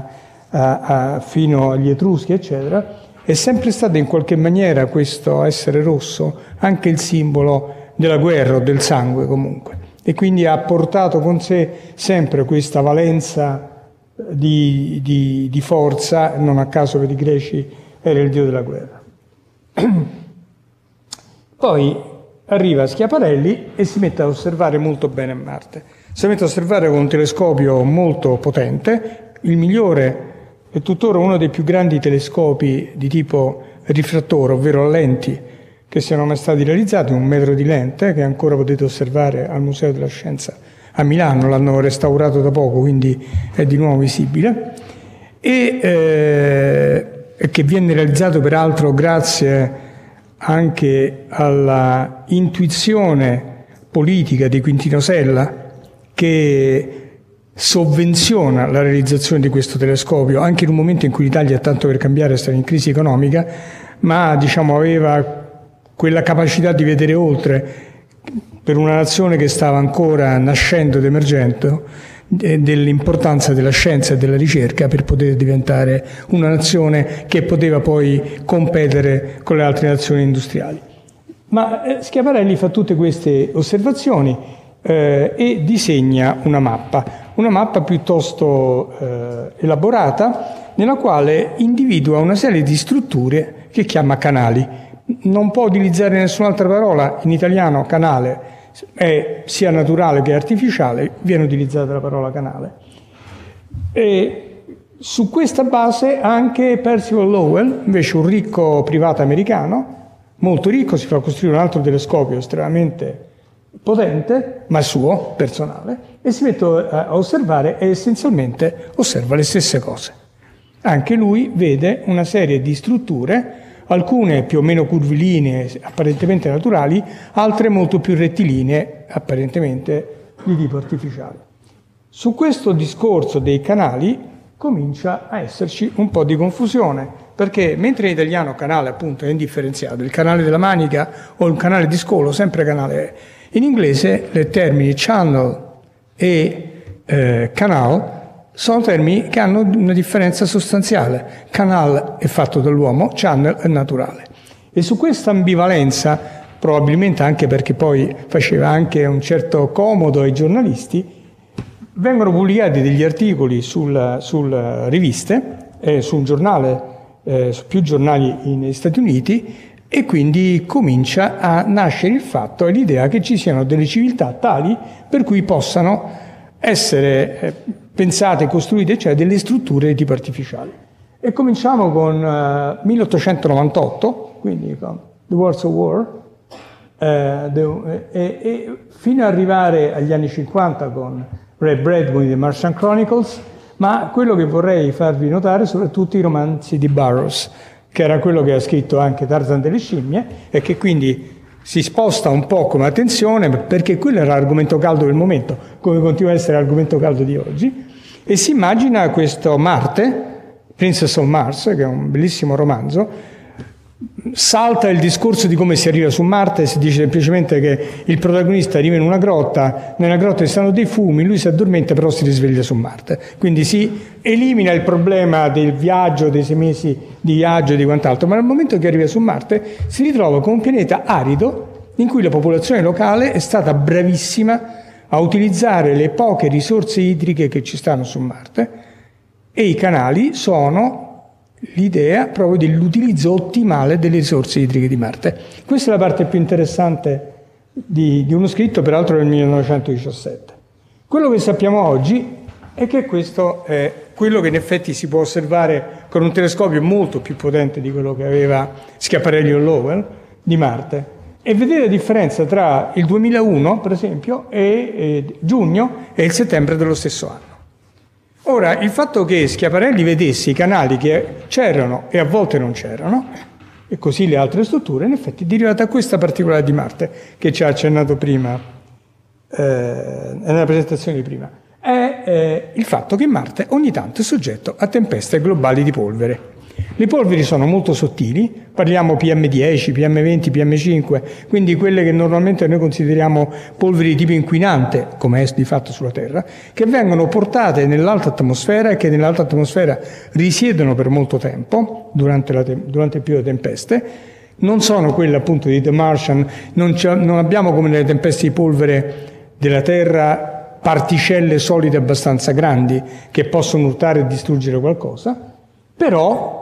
fino agli Etruschi eccetera, è sempre stato in qualche maniera questo essere rosso anche il simbolo della guerra o del sangue comunque, e quindi ha portato con sé sempre questa valenza di forza. Non a caso per i greci era il dio della guerra. Poi arriva Schiaparelli e si mette a osservare molto bene Marte. Si mette a osservare con un telescopio molto potente, il migliore e tuttora uno dei più grandi telescopi di tipo rifrattore, ovvero lenti, che siano mai stati realizzati, 1 metro di lente, che ancora potete osservare al Museo della Scienza a Milano, l'hanno restaurato da poco, quindi è di nuovo visibile, e che viene realizzato peraltro grazie anche alla intuizione politica di Quintino Sella, che sovvenziona la realizzazione di questo telescopio anche in un momento in cui l'Italia, tanto per cambiare, stava in crisi economica, ma aveva quella capacità di vedere oltre per una nazione che stava ancora nascendo ed emergendo, dell'importanza della scienza e della ricerca per poter diventare una nazione che poteva poi competere con le altre nazioni industriali. Ma Schiaparelli fa tutte queste osservazioni e disegna una mappa piuttosto elaborata, nella quale individua una serie di strutture che chiama canali. Non può utilizzare nessun'altra parola, in italiano canale è sia naturale che artificiale, viene utilizzata la parola canale. E su questa base anche Percival Lowell, invece un ricco privato americano, molto ricco, si fa costruire un altro telescopio estremamente potente, ma suo, personale, e si mette a osservare e essenzialmente osserva le stesse cose. Anche lui vede una serie di strutture, alcune più o meno curvilinee, apparentemente naturali, altre molto più rettilinee, apparentemente di tipo artificiale. Su questo discorso dei canali comincia a esserci un po' di confusione, perché mentre in italiano canale appunto è indifferenziato, il canale della Manica o il canale di Scolo, sempre canale è. In inglese i termini channel e canal sono termini che hanno una differenza sostanziale. Canal è fatto dall'uomo, channel è naturale. E su questa ambivalenza, probabilmente anche perché poi faceva anche un certo comodo ai giornalisti, vengono pubblicati degli articoli sulle riviste, su un giornale, su più giornali negli Stati Uniti, e quindi comincia a nascere il fatto e l'idea che ci siano delle civiltà tali per cui possano essere pensate, costruite, cioè delle strutture di tipo artificiale. E cominciamo con 1898, quindi con The Warsaw War, e fino ad arrivare agli anni 50 con Ray Bradbury e The Martian Chronicles, ma quello che vorrei farvi notare soprattutto i romanzi di Burroughs, che era quello che ha scritto anche Tarzan delle scimmie, e che quindi si sposta un po' come attenzione, perché quello era l'argomento caldo del momento, come continua a essere l'argomento caldo di oggi, e si immagina questo Marte, Princess of Mars, che è un bellissimo romanzo. Salta il discorso di come si arriva su Marte, si dice semplicemente che il protagonista arriva in una grotta, nella grotta ci stanno dei fumi, lui si addormenta però si risveglia su Marte. Quindi si elimina il problema del viaggio, dei 6 mesi di viaggio e di quant'altro, ma nel momento che arriva su Marte si ritrova con un pianeta arido in cui la popolazione locale è stata bravissima a utilizzare le poche risorse idriche che ci stanno su Marte, e i canali sono l'idea proprio dell'utilizzo ottimale delle risorse idriche di Marte. Questa è la parte più interessante di uno scritto, peraltro del 1917. Quello che sappiamo oggi è che questo è quello che in effetti si può osservare con un telescopio molto più potente di quello che aveva Schiaparelli o Lowell di Marte, e vedere la differenza tra il 2001, per esempio, e giugno e il settembre dello stesso anno. Ora, il fatto che Schiaparelli vedesse i canali che c'erano e a volte non c'erano, e così le altre strutture, in effetti è derivata da questa particolare di Marte, che ci ha accennato prima, nella presentazione di prima, è il fatto che Marte ogni tanto è soggetto a tempeste globali di polvere. Le polveri sono molto sottili, parliamo PM10, PM20, PM5, quindi quelle che normalmente noi consideriamo polveri di tipo inquinante, come è di fatto sulla Terra, che vengono portate nell'alta atmosfera e che nell'alta atmosfera risiedono per molto tempo, durante il periodo delle tempeste. Non sono quelle appunto di The Martian, non abbiamo come nelle tempeste di polvere della Terra particelle solide abbastanza grandi che possono urtare e distruggere qualcosa, però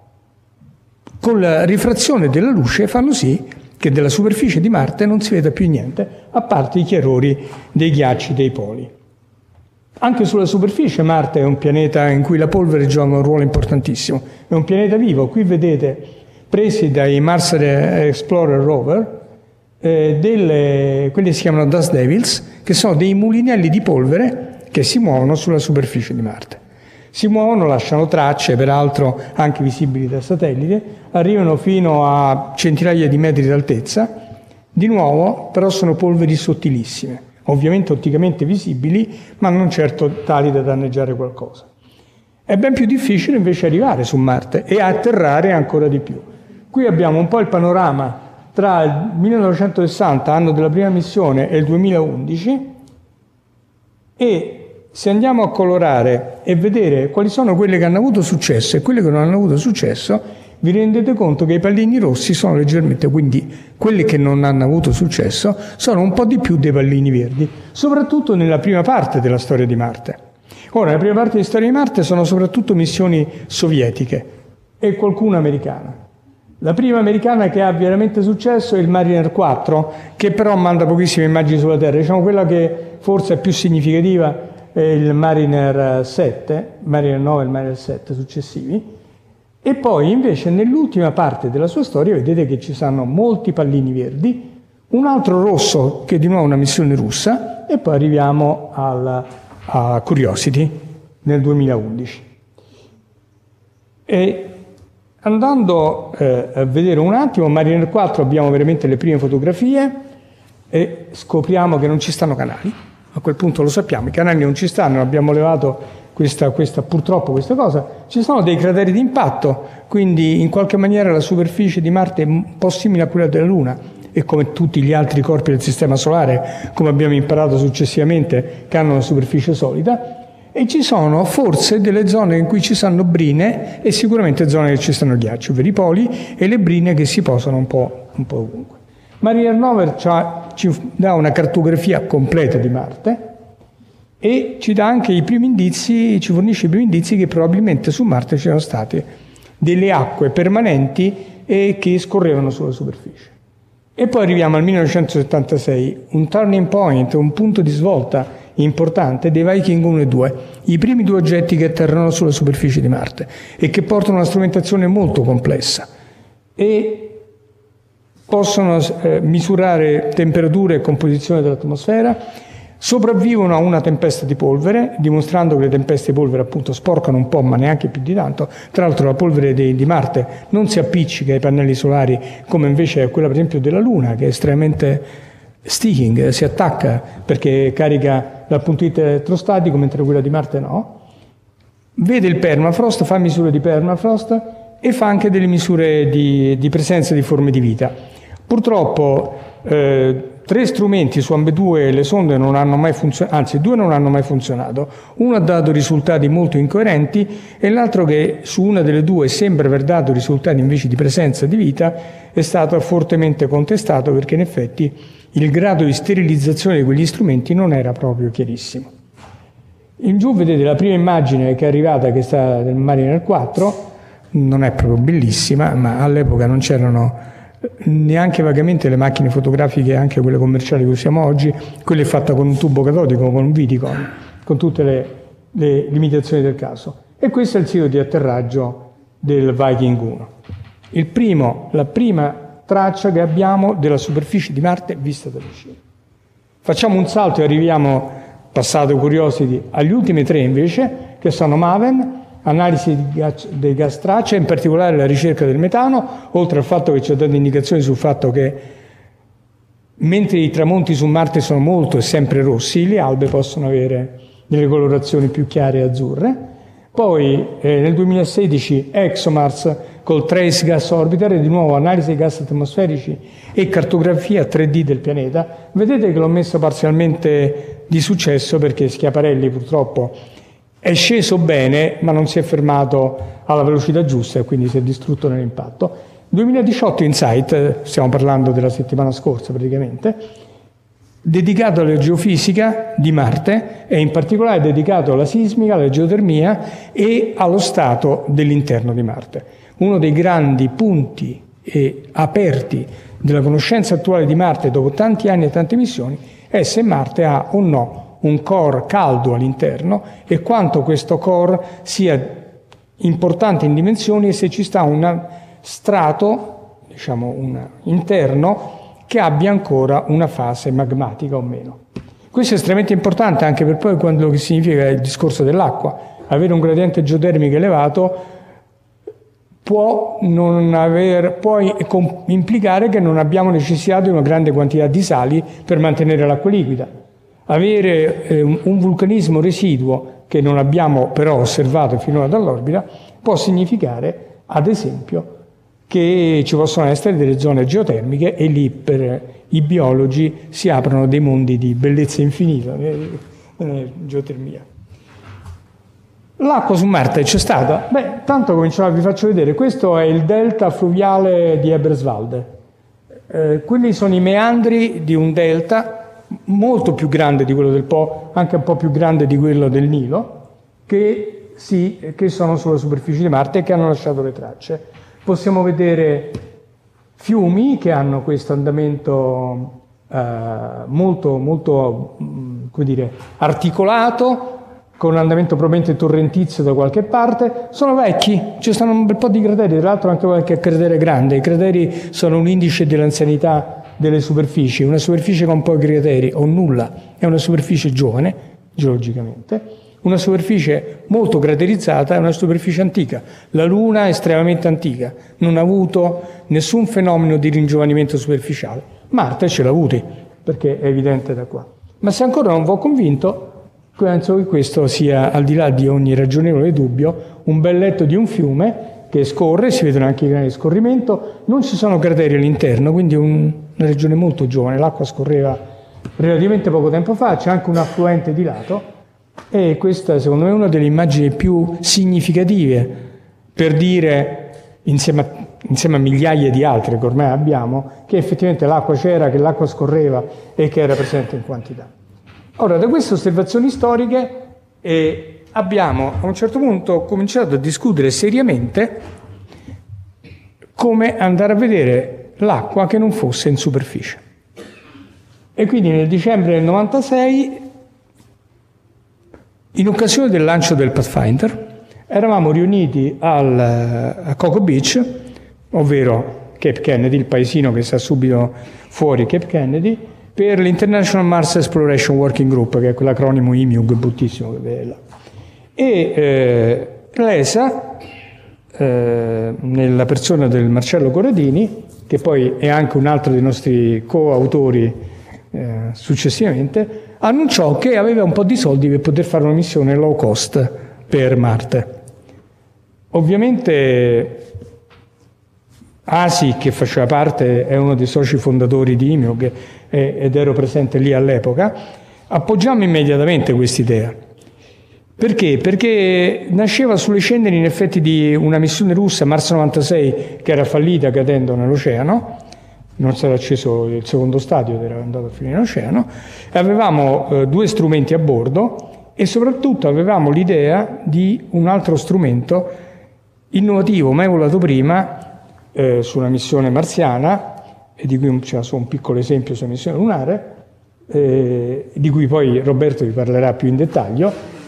con la rifrazione della luce fanno sì che della superficie di Marte non si veda più niente, a parte i chiarori dei ghiacci dei poli. Anche sulla superficie Marte è un pianeta in cui la polvere gioca un ruolo importantissimo, è un pianeta vivo. Qui vedete, presi dai Mars Explorer Rover, quelli si chiamano Dust Devils, che sono dei mulinelli di polvere che si muovono sulla superficie di Marte. Si muovono, lasciano tracce, peraltro anche visibili da satellite, arrivano fino a centinaia di metri d'altezza. Di nuovo, però sono polveri sottilissime, ovviamente otticamente visibili, ma non certo tali da danneggiare qualcosa. È ben più difficile invece arrivare su Marte e atterrare ancora di più. Qui abbiamo un po' il panorama tra il 1960, anno della prima missione, e il 2011, e se andiamo a colorare e vedere quali sono quelle che hanno avuto successo e quelle che non hanno avuto successo, vi rendete conto che i pallini rossi sono leggermente, quindi quelle che non hanno avuto successo sono un po' di più dei pallini verdi, soprattutto nella prima parte della storia di Marte. Ora, la prima parte della storia di Marte sono soprattutto missioni sovietiche e qualcuna americana. La prima americana che ha veramente successo è il Mariner 4, che però manda pochissime immagini sulla Terra. Diciamo quella che forse è più significativa è il Mariner 7, Mariner 9 e il Mariner 7 successivi. E poi invece nell'ultima parte della sua storia vedete che ci sono molti pallini verdi, un altro rosso che di nuovo è una missione russa, e poi arriviamo a Curiosity nel 2011. E andando a vedere un attimo, Mariner 4 abbiamo veramente le prime fotografie e scopriamo che non ci stanno canali. A quel punto lo sappiamo, i canali non ci stanno, abbiamo levato purtroppo questa cosa. Ci sono dei crateri di impatto, quindi in qualche maniera la superficie di Marte è un po' simile a quella della Luna, e come tutti gli altri corpi del Sistema Solare, come abbiamo imparato successivamente, che hanno una superficie solida. E ci sono forse delle zone in cui ci stanno brine e sicuramente zone che ci stanno ghiacci, ovvero i poli, e le brine che si posano un po' ovunque. Mariner 9 ci dà una cartografia completa di Marte e ci dà anche i primi indizi, ci fornisce i primi indizi che probabilmente su Marte ci sono state delle acque permanenti e che scorrevano sulla superficie. E poi arriviamo al 1976, un turning point, un punto di svolta importante dei Viking 1 e 2, i primi due oggetti che atterrano sulla superficie di Marte e che portano una strumentazione molto complessa e possono misurare temperature e composizione dell'atmosfera, sopravvivono a una tempesta di polvere, dimostrando che le tempeste di polvere appunto sporcano un po', ma neanche più di tanto. Tra l'altro la polvere di Marte non si appiccica ai pannelli solari come invece è quella per esempio della Luna, che è estremamente sticking, si attacca perché carica dal punto di vista elettrostatico, mentre quella di Marte no. Vede il permafrost, fa misure di permafrost e fa anche delle misure di presenza di forme di vita. Purtroppo 3 strumenti su ambedue le sonde non hanno mai funzionato, anzi 2 non hanno mai funzionato. Uno ha dato risultati molto incoerenti e l'altro, che su una delle 2 sembra aver dato risultati invece di presenza di vita, è stato fortemente contestato perché in effetti il grado di sterilizzazione di quegli strumenti non era proprio chiarissimo. In giù vedete la prima immagine che è arrivata, che sta del Mariner 4, non è proprio bellissima, ma all'epoca non c'erano neanche vagamente le macchine fotografiche, anche quelle commerciali che usiamo oggi. Quella è fatta con un tubo catodico, con un Viticon, con tutte le limitazioni del caso. E questo è il sito di atterraggio del Viking 1. La prima traccia che abbiamo della superficie di Marte vista da vicino. Facciamo un salto e arriviamo, passato Curiosity, agli ultimi 3 invece, che sono Maven, analisi dei gas traccia, in particolare la ricerca del metano, oltre al fatto che ci ha dato indicazioni sul fatto che mentre i tramonti su Marte sono molto e sempre rossi, le albe possono avere delle colorazioni più chiare e azzurre. Poi nel 2016 ExoMars col Trace Gas Orbiter, e di nuovo analisi dei gas atmosferici e cartografia 3D del pianeta. Vedete che l'ho messo parzialmente di successo perché Schiaparelli purtroppo è sceso bene, ma non si è fermato alla velocità giusta e quindi si è distrutto nell'impatto. 2018 InSight, stiamo parlando della settimana scorsa praticamente, dedicato alla geofisica di Marte e in particolare dedicato alla sismica, alla geotermia e allo stato dell'interno di Marte. Uno dei grandi punti aperti della conoscenza attuale di Marte dopo tanti anni e tante missioni è se Marte ha o no un core caldo all'interno e quanto questo core sia importante in dimensioni e se ci sta un strato, interno, che abbia ancora una fase magmatica o meno. Questo è estremamente importante anche per poi quello che significa il discorso dell'acqua, avere un gradiente geotermico elevato può implicare che non abbiamo necessità di una grande quantità di sali per mantenere l'acqua liquida. Avere un vulcanismo residuo che non abbiamo però osservato finora dall'orbita può significare, ad esempio, che ci possono essere delle zone geotermiche e lì per i biologi si aprono dei mondi di bellezza infinita nella geotermia. L'acqua su Marte c'è stata? Tanto vi faccio vedere, questo è il delta fluviale di Eberswalde. Quelli sono i meandri di un delta molto più grande di quello del Po, anche un po' più grande di quello del Nilo, che sono sulla superficie di Marte e che hanno lasciato le tracce. Possiamo vedere fiumi che hanno questo andamento molto come dire, articolato, con un andamento probabilmente torrentizio da qualche parte. Sono vecchi, ci stanno un bel po' di crateri, tra l'altro anche qualche cratere grande. I crateri sono un indice dell'anzianità delle superfici. Una superficie con pochi crateri o nulla è una superficie giovane, geologicamente. Una superficie molto craterizzata è una superficie antica. La Luna è estremamente antica, non ha avuto nessun fenomeno di ringiovanimento superficiale. Marte ce l'ha avuti, perché è evidente da qua. Ma se ancora non vi ho convinto, penso che questo sia, al di là di ogni ragionevole dubbio, un bel letto di un fiume che scorre, si vedono anche i canali di scorrimento, non ci sono crateri all'interno, quindi una regione molto giovane, l'acqua scorreva relativamente poco tempo fa, c'è anche un affluente di lato, e questa secondo me è una delle immagini più significative per dire, insieme a migliaia di altre che ormai abbiamo, che effettivamente l'acqua c'era, che l'acqua scorreva e che era presente in quantità. Ora, da queste osservazioni storiche abbiamo a un certo punto cominciato a discutere seriamente come andare a vedere l'acqua che non fosse in superficie. E quindi nel dicembre del 96, in occasione del lancio del Pathfinder, eravamo riuniti a Cocoa Beach, ovvero Cape Kennedy, il paesino che sta subito fuori Cape Kennedy, per l'International Mars Exploration Working Group, che è quell'acronimo IMUG bruttissimo che vedete là. E l'ESA, nella persona del Marcello Corradini, che poi è anche un altro dei nostri coautori successivamente, annunciò che aveva un po' di soldi per poter fare una missione low cost per Marte. Ovviamente ASI, che faceva parte, è uno dei soci fondatori di IMUG ed ero presente lì all'epoca, appoggiammo immediatamente quest'idea. Perché? Perché nasceva sulle ceneri in effetti di una missione russa, Mars 96, che era fallita cadendo nell'oceano, non si era acceso il secondo stadio ed era andato a finire in oceano, e avevamo 2 strumenti a bordo e soprattutto avevamo l'idea di un altro strumento innovativo, mai volato prima, su una missione marziana, e di cui c'è solo un piccolo esempio sulla missione lunare, di cui poi Roberto vi parlerà più in dettaglio,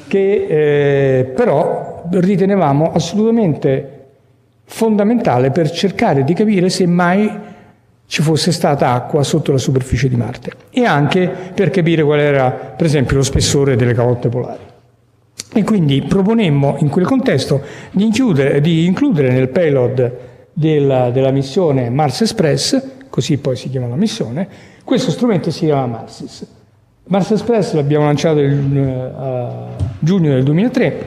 che però ritenevamo assolutamente fondamentale per cercare di capire se mai ci fosse stata acqua sotto la superficie di Marte, e anche per capire qual era, per esempio, lo spessore delle calotte polari. E quindi proponemmo in quel contesto di includere nel payload della missione Mars Express, così poi si chiama la missione, questo strumento si chiama Marsis. Mars Express l'abbiamo lanciato a giugno del 2003,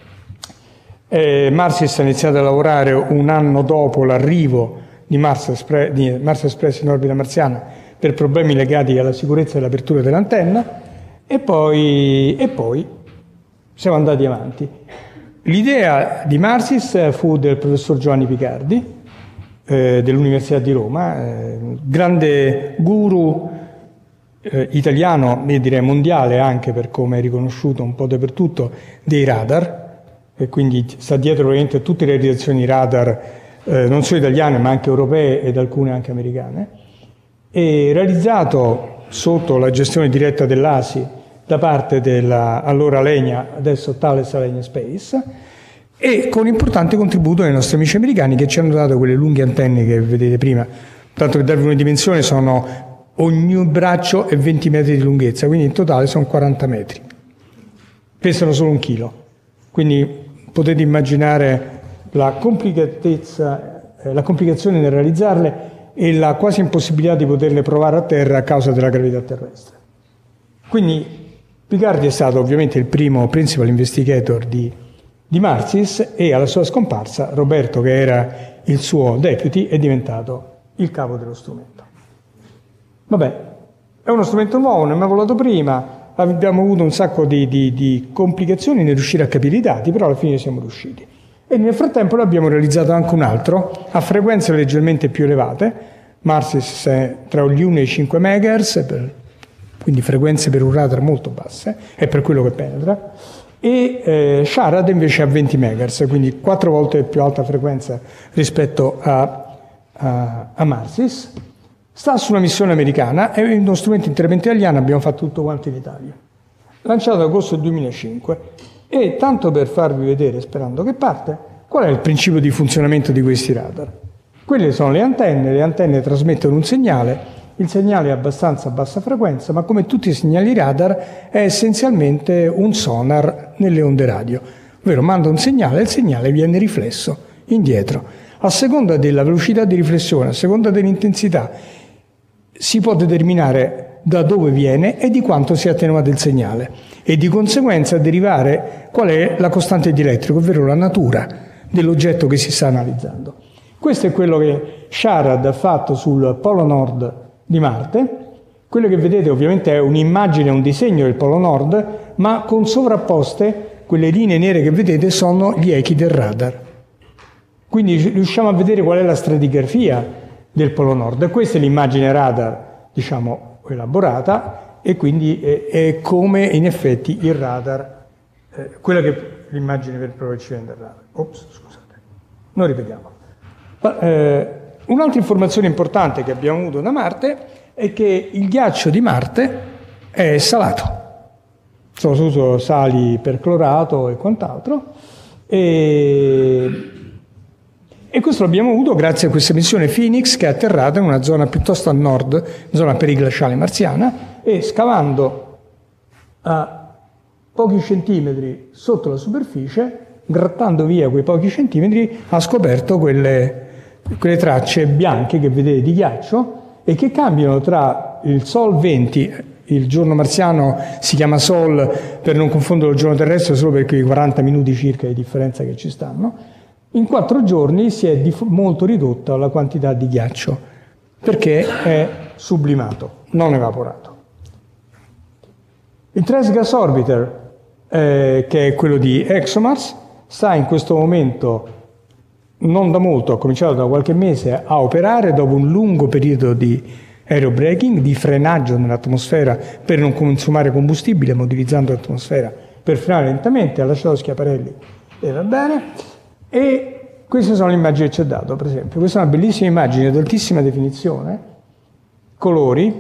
Marsis ha iniziato a lavorare un anno dopo l'arrivo di Mars Express in orbita marziana per problemi legati alla sicurezza e all'apertura dell'antenna, e poi siamo andati avanti. L'idea di Marsis fu del professor Giovanni Picardi, dell'Università di Roma, grande guru italiano e direi mondiale, anche per come è riconosciuto un po' dappertutto, dei radar, e quindi sta dietro ovviamente tutte le realizzazioni radar, non solo italiane ma anche europee ed alcune anche americane, e realizzato sotto la gestione diretta dell'ASI da parte della allora Alenia, adesso Thales Alenia Space, e con importante contributo dei nostri amici americani che ci hanno dato quelle lunghe antenne che vedete prima. Tanto per darvi una dimensione, ogni braccio è 20 metri di lunghezza, quindi in totale sono 40 metri. Pesano solo 1 chilo. Quindi potete immaginare la complicazione nel realizzarle e la quasi impossibilità di poterle provare a terra a causa della gravità terrestre. Quindi Picardi è stato ovviamente il primo principal investigator di Marcis, e alla sua scomparsa Roberto, che era il suo deputy, è diventato il capo dello strumento. Vabbè, è uno strumento nuovo, non è mai volato prima, abbiamo avuto un sacco di complicazioni nel riuscire a capire i dati, però alla fine siamo riusciti. E nel frattempo ne abbiamo realizzato anche un altro a frequenze leggermente più elevate. Marcis è tra gli 1 e i 5 MHz, quindi frequenze per un radar molto basse, è per quello che penetra, e Sharad invece a 20 MHz, quindi 4 volte più alta frequenza rispetto a Marcis. Sta su una missione americana, è uno strumento interamente italiano, abbiamo fatto tutto quanto in Italia. Lanciato ad agosto 2005, e tanto per farvi vedere, sperando che parte, qual è il principio di funzionamento di questi radar. Quelle sono le antenne trasmettono un segnale, il segnale è abbastanza bassa frequenza, ma come tutti i segnali radar è essenzialmente un sonar nelle onde radio, ovvero manda un segnale e il segnale viene riflesso indietro. A seconda della velocità di riflessione, a seconda dell'intensità, si può determinare da dove viene e di quanto sia attenuato il segnale, e di conseguenza derivare qual è la costante dielettrica, ovvero la natura dell'oggetto che si sta analizzando. Questo è quello che Sharad ha fatto sul polo nord di Marte. Quello che vedete ovviamente è un'immagine, un disegno del polo nord, ma con sovrapposte quelle linee nere che vedete sono gli echi del radar. Quindi riusciamo a vedere qual è la stratigrafia del polo nord. Questa è l'immagine radar, diciamo, elaborata, e quindi è come in effetti il radar, quella che è l'immagine per proiezione del radar. Ops, scusate, noi ripetiamo. Un'altra informazione importante che abbiamo avuto da Marte è che il ghiaccio di Marte è salato. Sono uso sali perclorato e quant'altro, e questo l'abbiamo avuto grazie a questa missione Phoenix, che è atterrata in una zona piuttosto a nord, zona periglaciale marziana, e scavando a pochi centimetri sotto la superficie, grattando via quei pochi centimetri, ha scoperto quelle tracce bianche che vedete di ghiaccio, e che cambiano tra il Sol 20, il giorno marziano si chiama Sol per non confondere il giorno terrestre solo per quei 40 minuti circa di differenza che ci stanno. In 4 giorni si è molto ridotta la quantità di ghiaccio, perché è sublimato, non evaporato. Il Trace Gas Orbiter, che è quello di ExoMars, sta in questo momento, non da molto, ha cominciato da qualche mese a operare dopo un lungo periodo di aerobraking, di frenaggio nell'atmosfera per non consumare combustibile, ma utilizzando l'atmosfera per frenare lentamente, ha lasciato schiaparelli e va bene. E queste sono le immagini che ci ha dato, per esempio. Questa è una bellissima immagine ad altissima definizione, colori,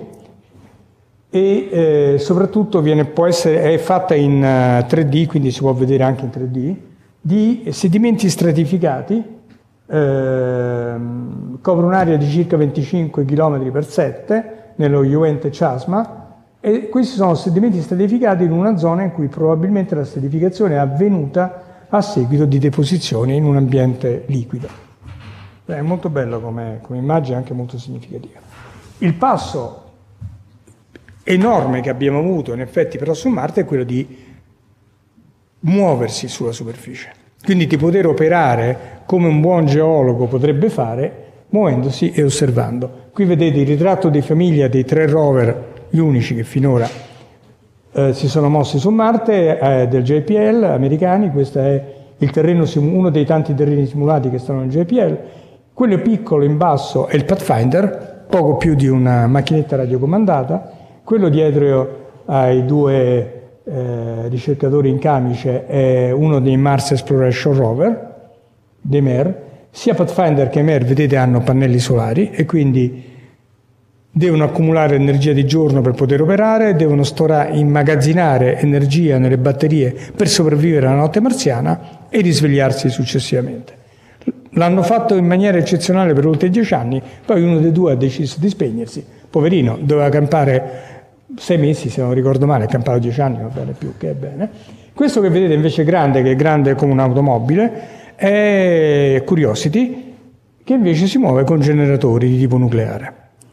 e soprattutto è fatta in 3D, quindi si può vedere anche in 3D, di sedimenti stratificati. Copre un'area di circa 25 km per 7 nello Uente Chasma, e questi sono sedimenti stratificati in una zona in cui probabilmente la stratificazione è avvenuta a seguito di deposizione in un ambiente liquido. È molto bello come immagine, anche molto significativa. Il passo enorme che abbiamo avuto in effetti però su Marte è quello di muoversi sulla superficie, quindi di poter operare come un buon geologo potrebbe fare, muovendosi e osservando. Qui vedete il ritratto di famiglia dei 3 rover, gli unici che finora si sono mossi su Marte, del JPL americani. Questo è il terreno, uno dei tanti terreni simulati che stanno nel JPL. Quello piccolo in basso è il Pathfinder, poco più di una macchinetta radiocomandata. Quello dietro ai 2 ricercatori in camice è uno dei Mars Exploration Rover, dei MER. Sia Pathfinder che MER, vedete, hanno pannelli solari e quindi devono accumulare energia di giorno per poter operare, devono immagazzinare energia nelle batterie per sopravvivere alla notte marziana e risvegliarsi successivamente. L'hanno fatto in maniera eccezionale per oltre 10 anni, poi uno dei 2 ha deciso di spegnersi. Poverino, doveva campare 6 mesi, se non ricordo male, ha campato 10 anni, va bene più che bene. Questo che vedete invece grande, che è grande come un'automobile, è Curiosity, che invece si muove con generatori di tipo nucleare,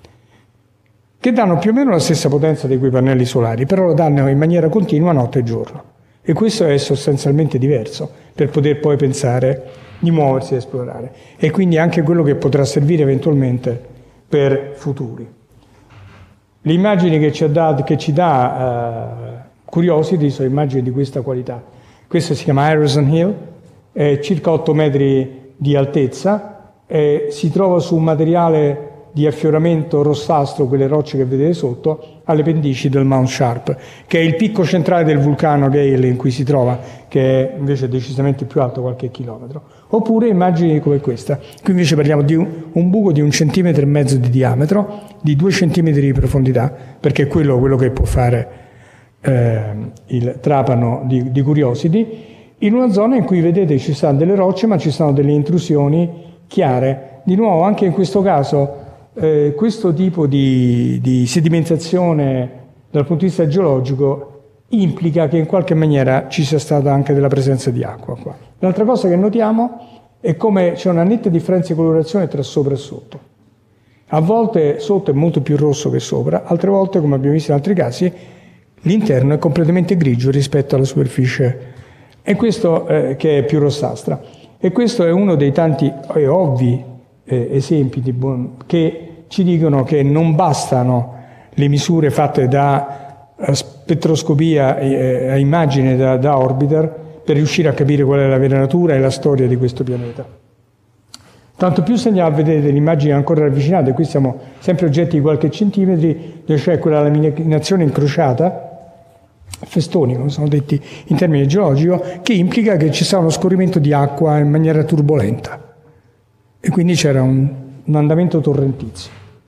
che danno più o meno la stessa potenza di quei pannelli solari, però lo danno in maniera continua notte e giorno. E questo è sostanzialmente diverso per poter poi pensare di muoversi e esplorare. E quindi anche quello che potrà servire eventualmente per futuri. Le immagini che ci dà Curiosity sono immagini di questa qualità. Questo si chiama Harrison Hill, è circa 8 metri di altezza, si trova su un materiale di affioramento rossastro, quelle rocce che vedete sotto, alle pendici del Mount Sharp, che è il picco centrale del vulcano Gale in cui si trova, che è invece decisamente più alto qualche chilometro. Oppure immagini come questa. Qui invece parliamo di un buco di 1,5 centimetri di diametro, di 2 centimetri di profondità, perché è quello che può fare il trapano di Curiosity, in una zona in cui vedete ci stanno delle rocce, ma ci sono delle intrusioni chiare. Di nuovo, anche in questo caso, questo tipo di sedimentazione dal punto di vista geologico implica che in qualche maniera ci sia stata anche della presenza di acqua qua. L'altra cosa che notiamo è come c'è una netta differenza di colorazione tra sopra e sotto. A volte sotto è molto più rosso che sopra, altre volte, come abbiamo visto in altri casi, l'interno è completamente grigio rispetto alla superficie, e questo che è più rossastra. E questo è uno dei tanti ovvi esempi che ci dicono che non bastano le misure fatte da spettroscopia a immagine da orbiter per riuscire a capire qual è la vera natura e la storia di questo pianeta. Tanto più segnala, vedete delle immagini ancora ravvicinate, qui siamo sempre oggetti di qualche centimetri, dove c'è quella laminazione incrociata, festoni, come sono detti in termini geologici, che implica che ci sta uno scorrimento di acqua in maniera turbolenta. E quindi c'era un andamento torrentizio.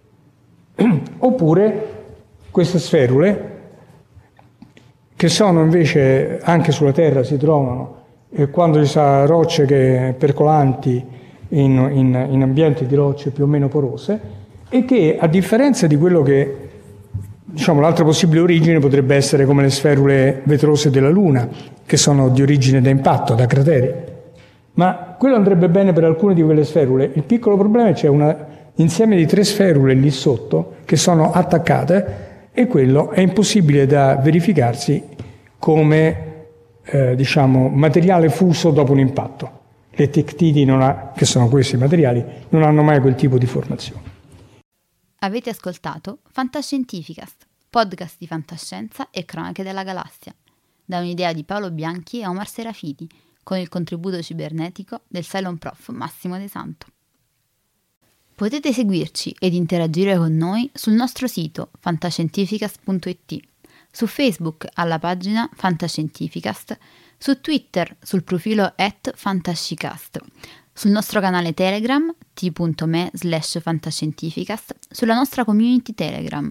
Oppure queste sferule, che sono invece anche sulla Terra, si trovano quando ci sono rocce percolanti in ambienti di rocce più o meno porose, e che, a differenza di quello che, diciamo, l'altra possibile origine potrebbe essere come le sferule vetrose della Luna, che sono di origine da impatto, da crateri. Ma quello andrebbe bene per alcune di quelle sferule. Il piccolo problema è che c'è un insieme di 3 sferule lì sotto che sono attaccate, e quello è impossibile da verificarsi come materiale fuso dopo un impatto. Le tectiti, che sono questi materiali, non hanno mai quel tipo di formazione. Avete ascoltato Fantascientificast, podcast di fantascienza e cronache della galassia, da un'idea di Paolo Bianchi e Omar Serafiti, con il contributo cibernetico del Cylon Prof Massimo De Santo. Potete seguirci ed interagire con noi sul nostro sito fantascientificast.it, su Facebook alla pagina Fantascientificast, su Twitter sul profilo @fantascicast, sul nostro canale Telegram t.me/fantascientificast, sulla nostra community Telegram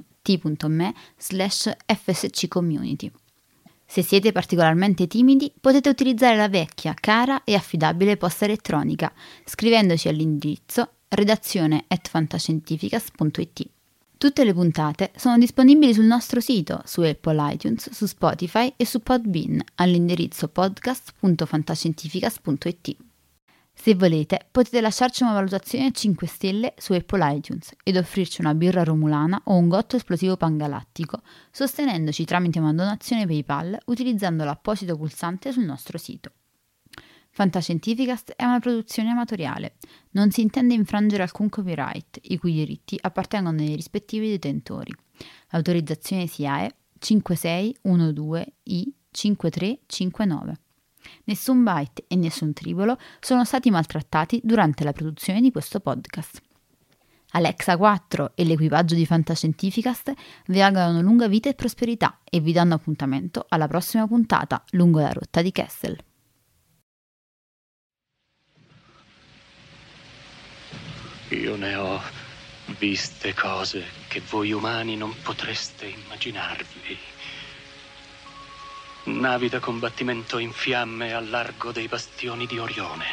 t.me/fsccommunity. Se siete particolarmente timidi, potete utilizzare la vecchia, cara e affidabile posta elettronica, scrivendoci all'indirizzo redazione@fantascientificast.it. Tutte le puntate sono disponibili sul nostro sito, su Apple iTunes, su Spotify e su Podbean, all'indirizzo podcast.fantascientificast.it. Se volete, potete lasciarci una valutazione a 5 stelle su Apple iTunes ed offrirci una birra romulana o un gotto esplosivo pangalattico, sostenendoci tramite una donazione PayPal utilizzando l'apposito pulsante sul nostro sito. Fantascientificast è una produzione amatoriale. Non si intende infrangere alcun copyright, i cui diritti appartengono ai rispettivi detentori. L'autorizzazione SIAE 5612I5359. Nessun byte e nessun tribolo sono stati maltrattati durante la produzione di questo podcast. Alexa 4 e l'equipaggio di Fantascientificast vi augurano lunga vita e prosperità e vi danno appuntamento alla prossima puntata lungo la rotta di Kessel. Io ne ho viste cose che voi umani non potreste immaginarvi. Navi da combattimento in fiamme al largo dei bastioni di Orione.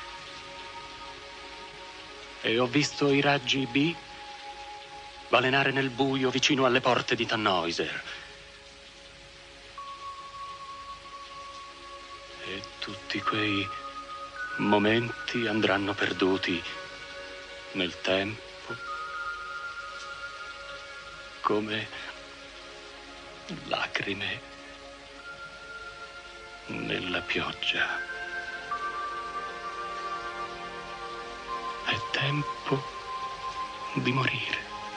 E ho visto i raggi B balenare nel buio vicino alle porte di Tannhäuser. tutti quei momenti andranno perduti nel tempo, come lacrime nella pioggia. È tempo di morire.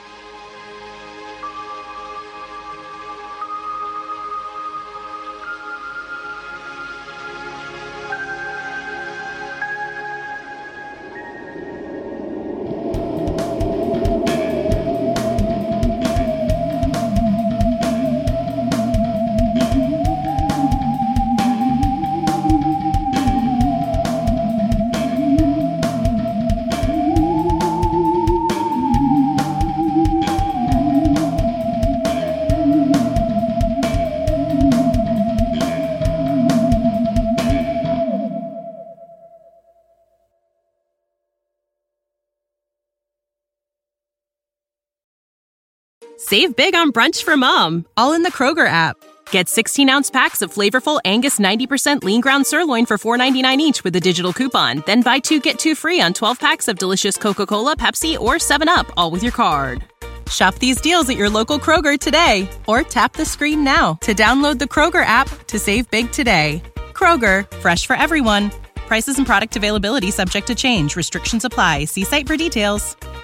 Save big on brunch for mom, all in the Kroger app. Get 16-ounce packs of flavorful Angus 90% lean ground sirloin for $4.99 each with a digital coupon. Then buy 2, get 2 free on 12 packs of delicious Coca-Cola, Pepsi, or 7-Up, all with your card. Shop these deals at your local Kroger today, or tap the screen now to download the Kroger app to save big today. Kroger, fresh for everyone. Prices and product availability subject to change. Restrictions apply. See site for details.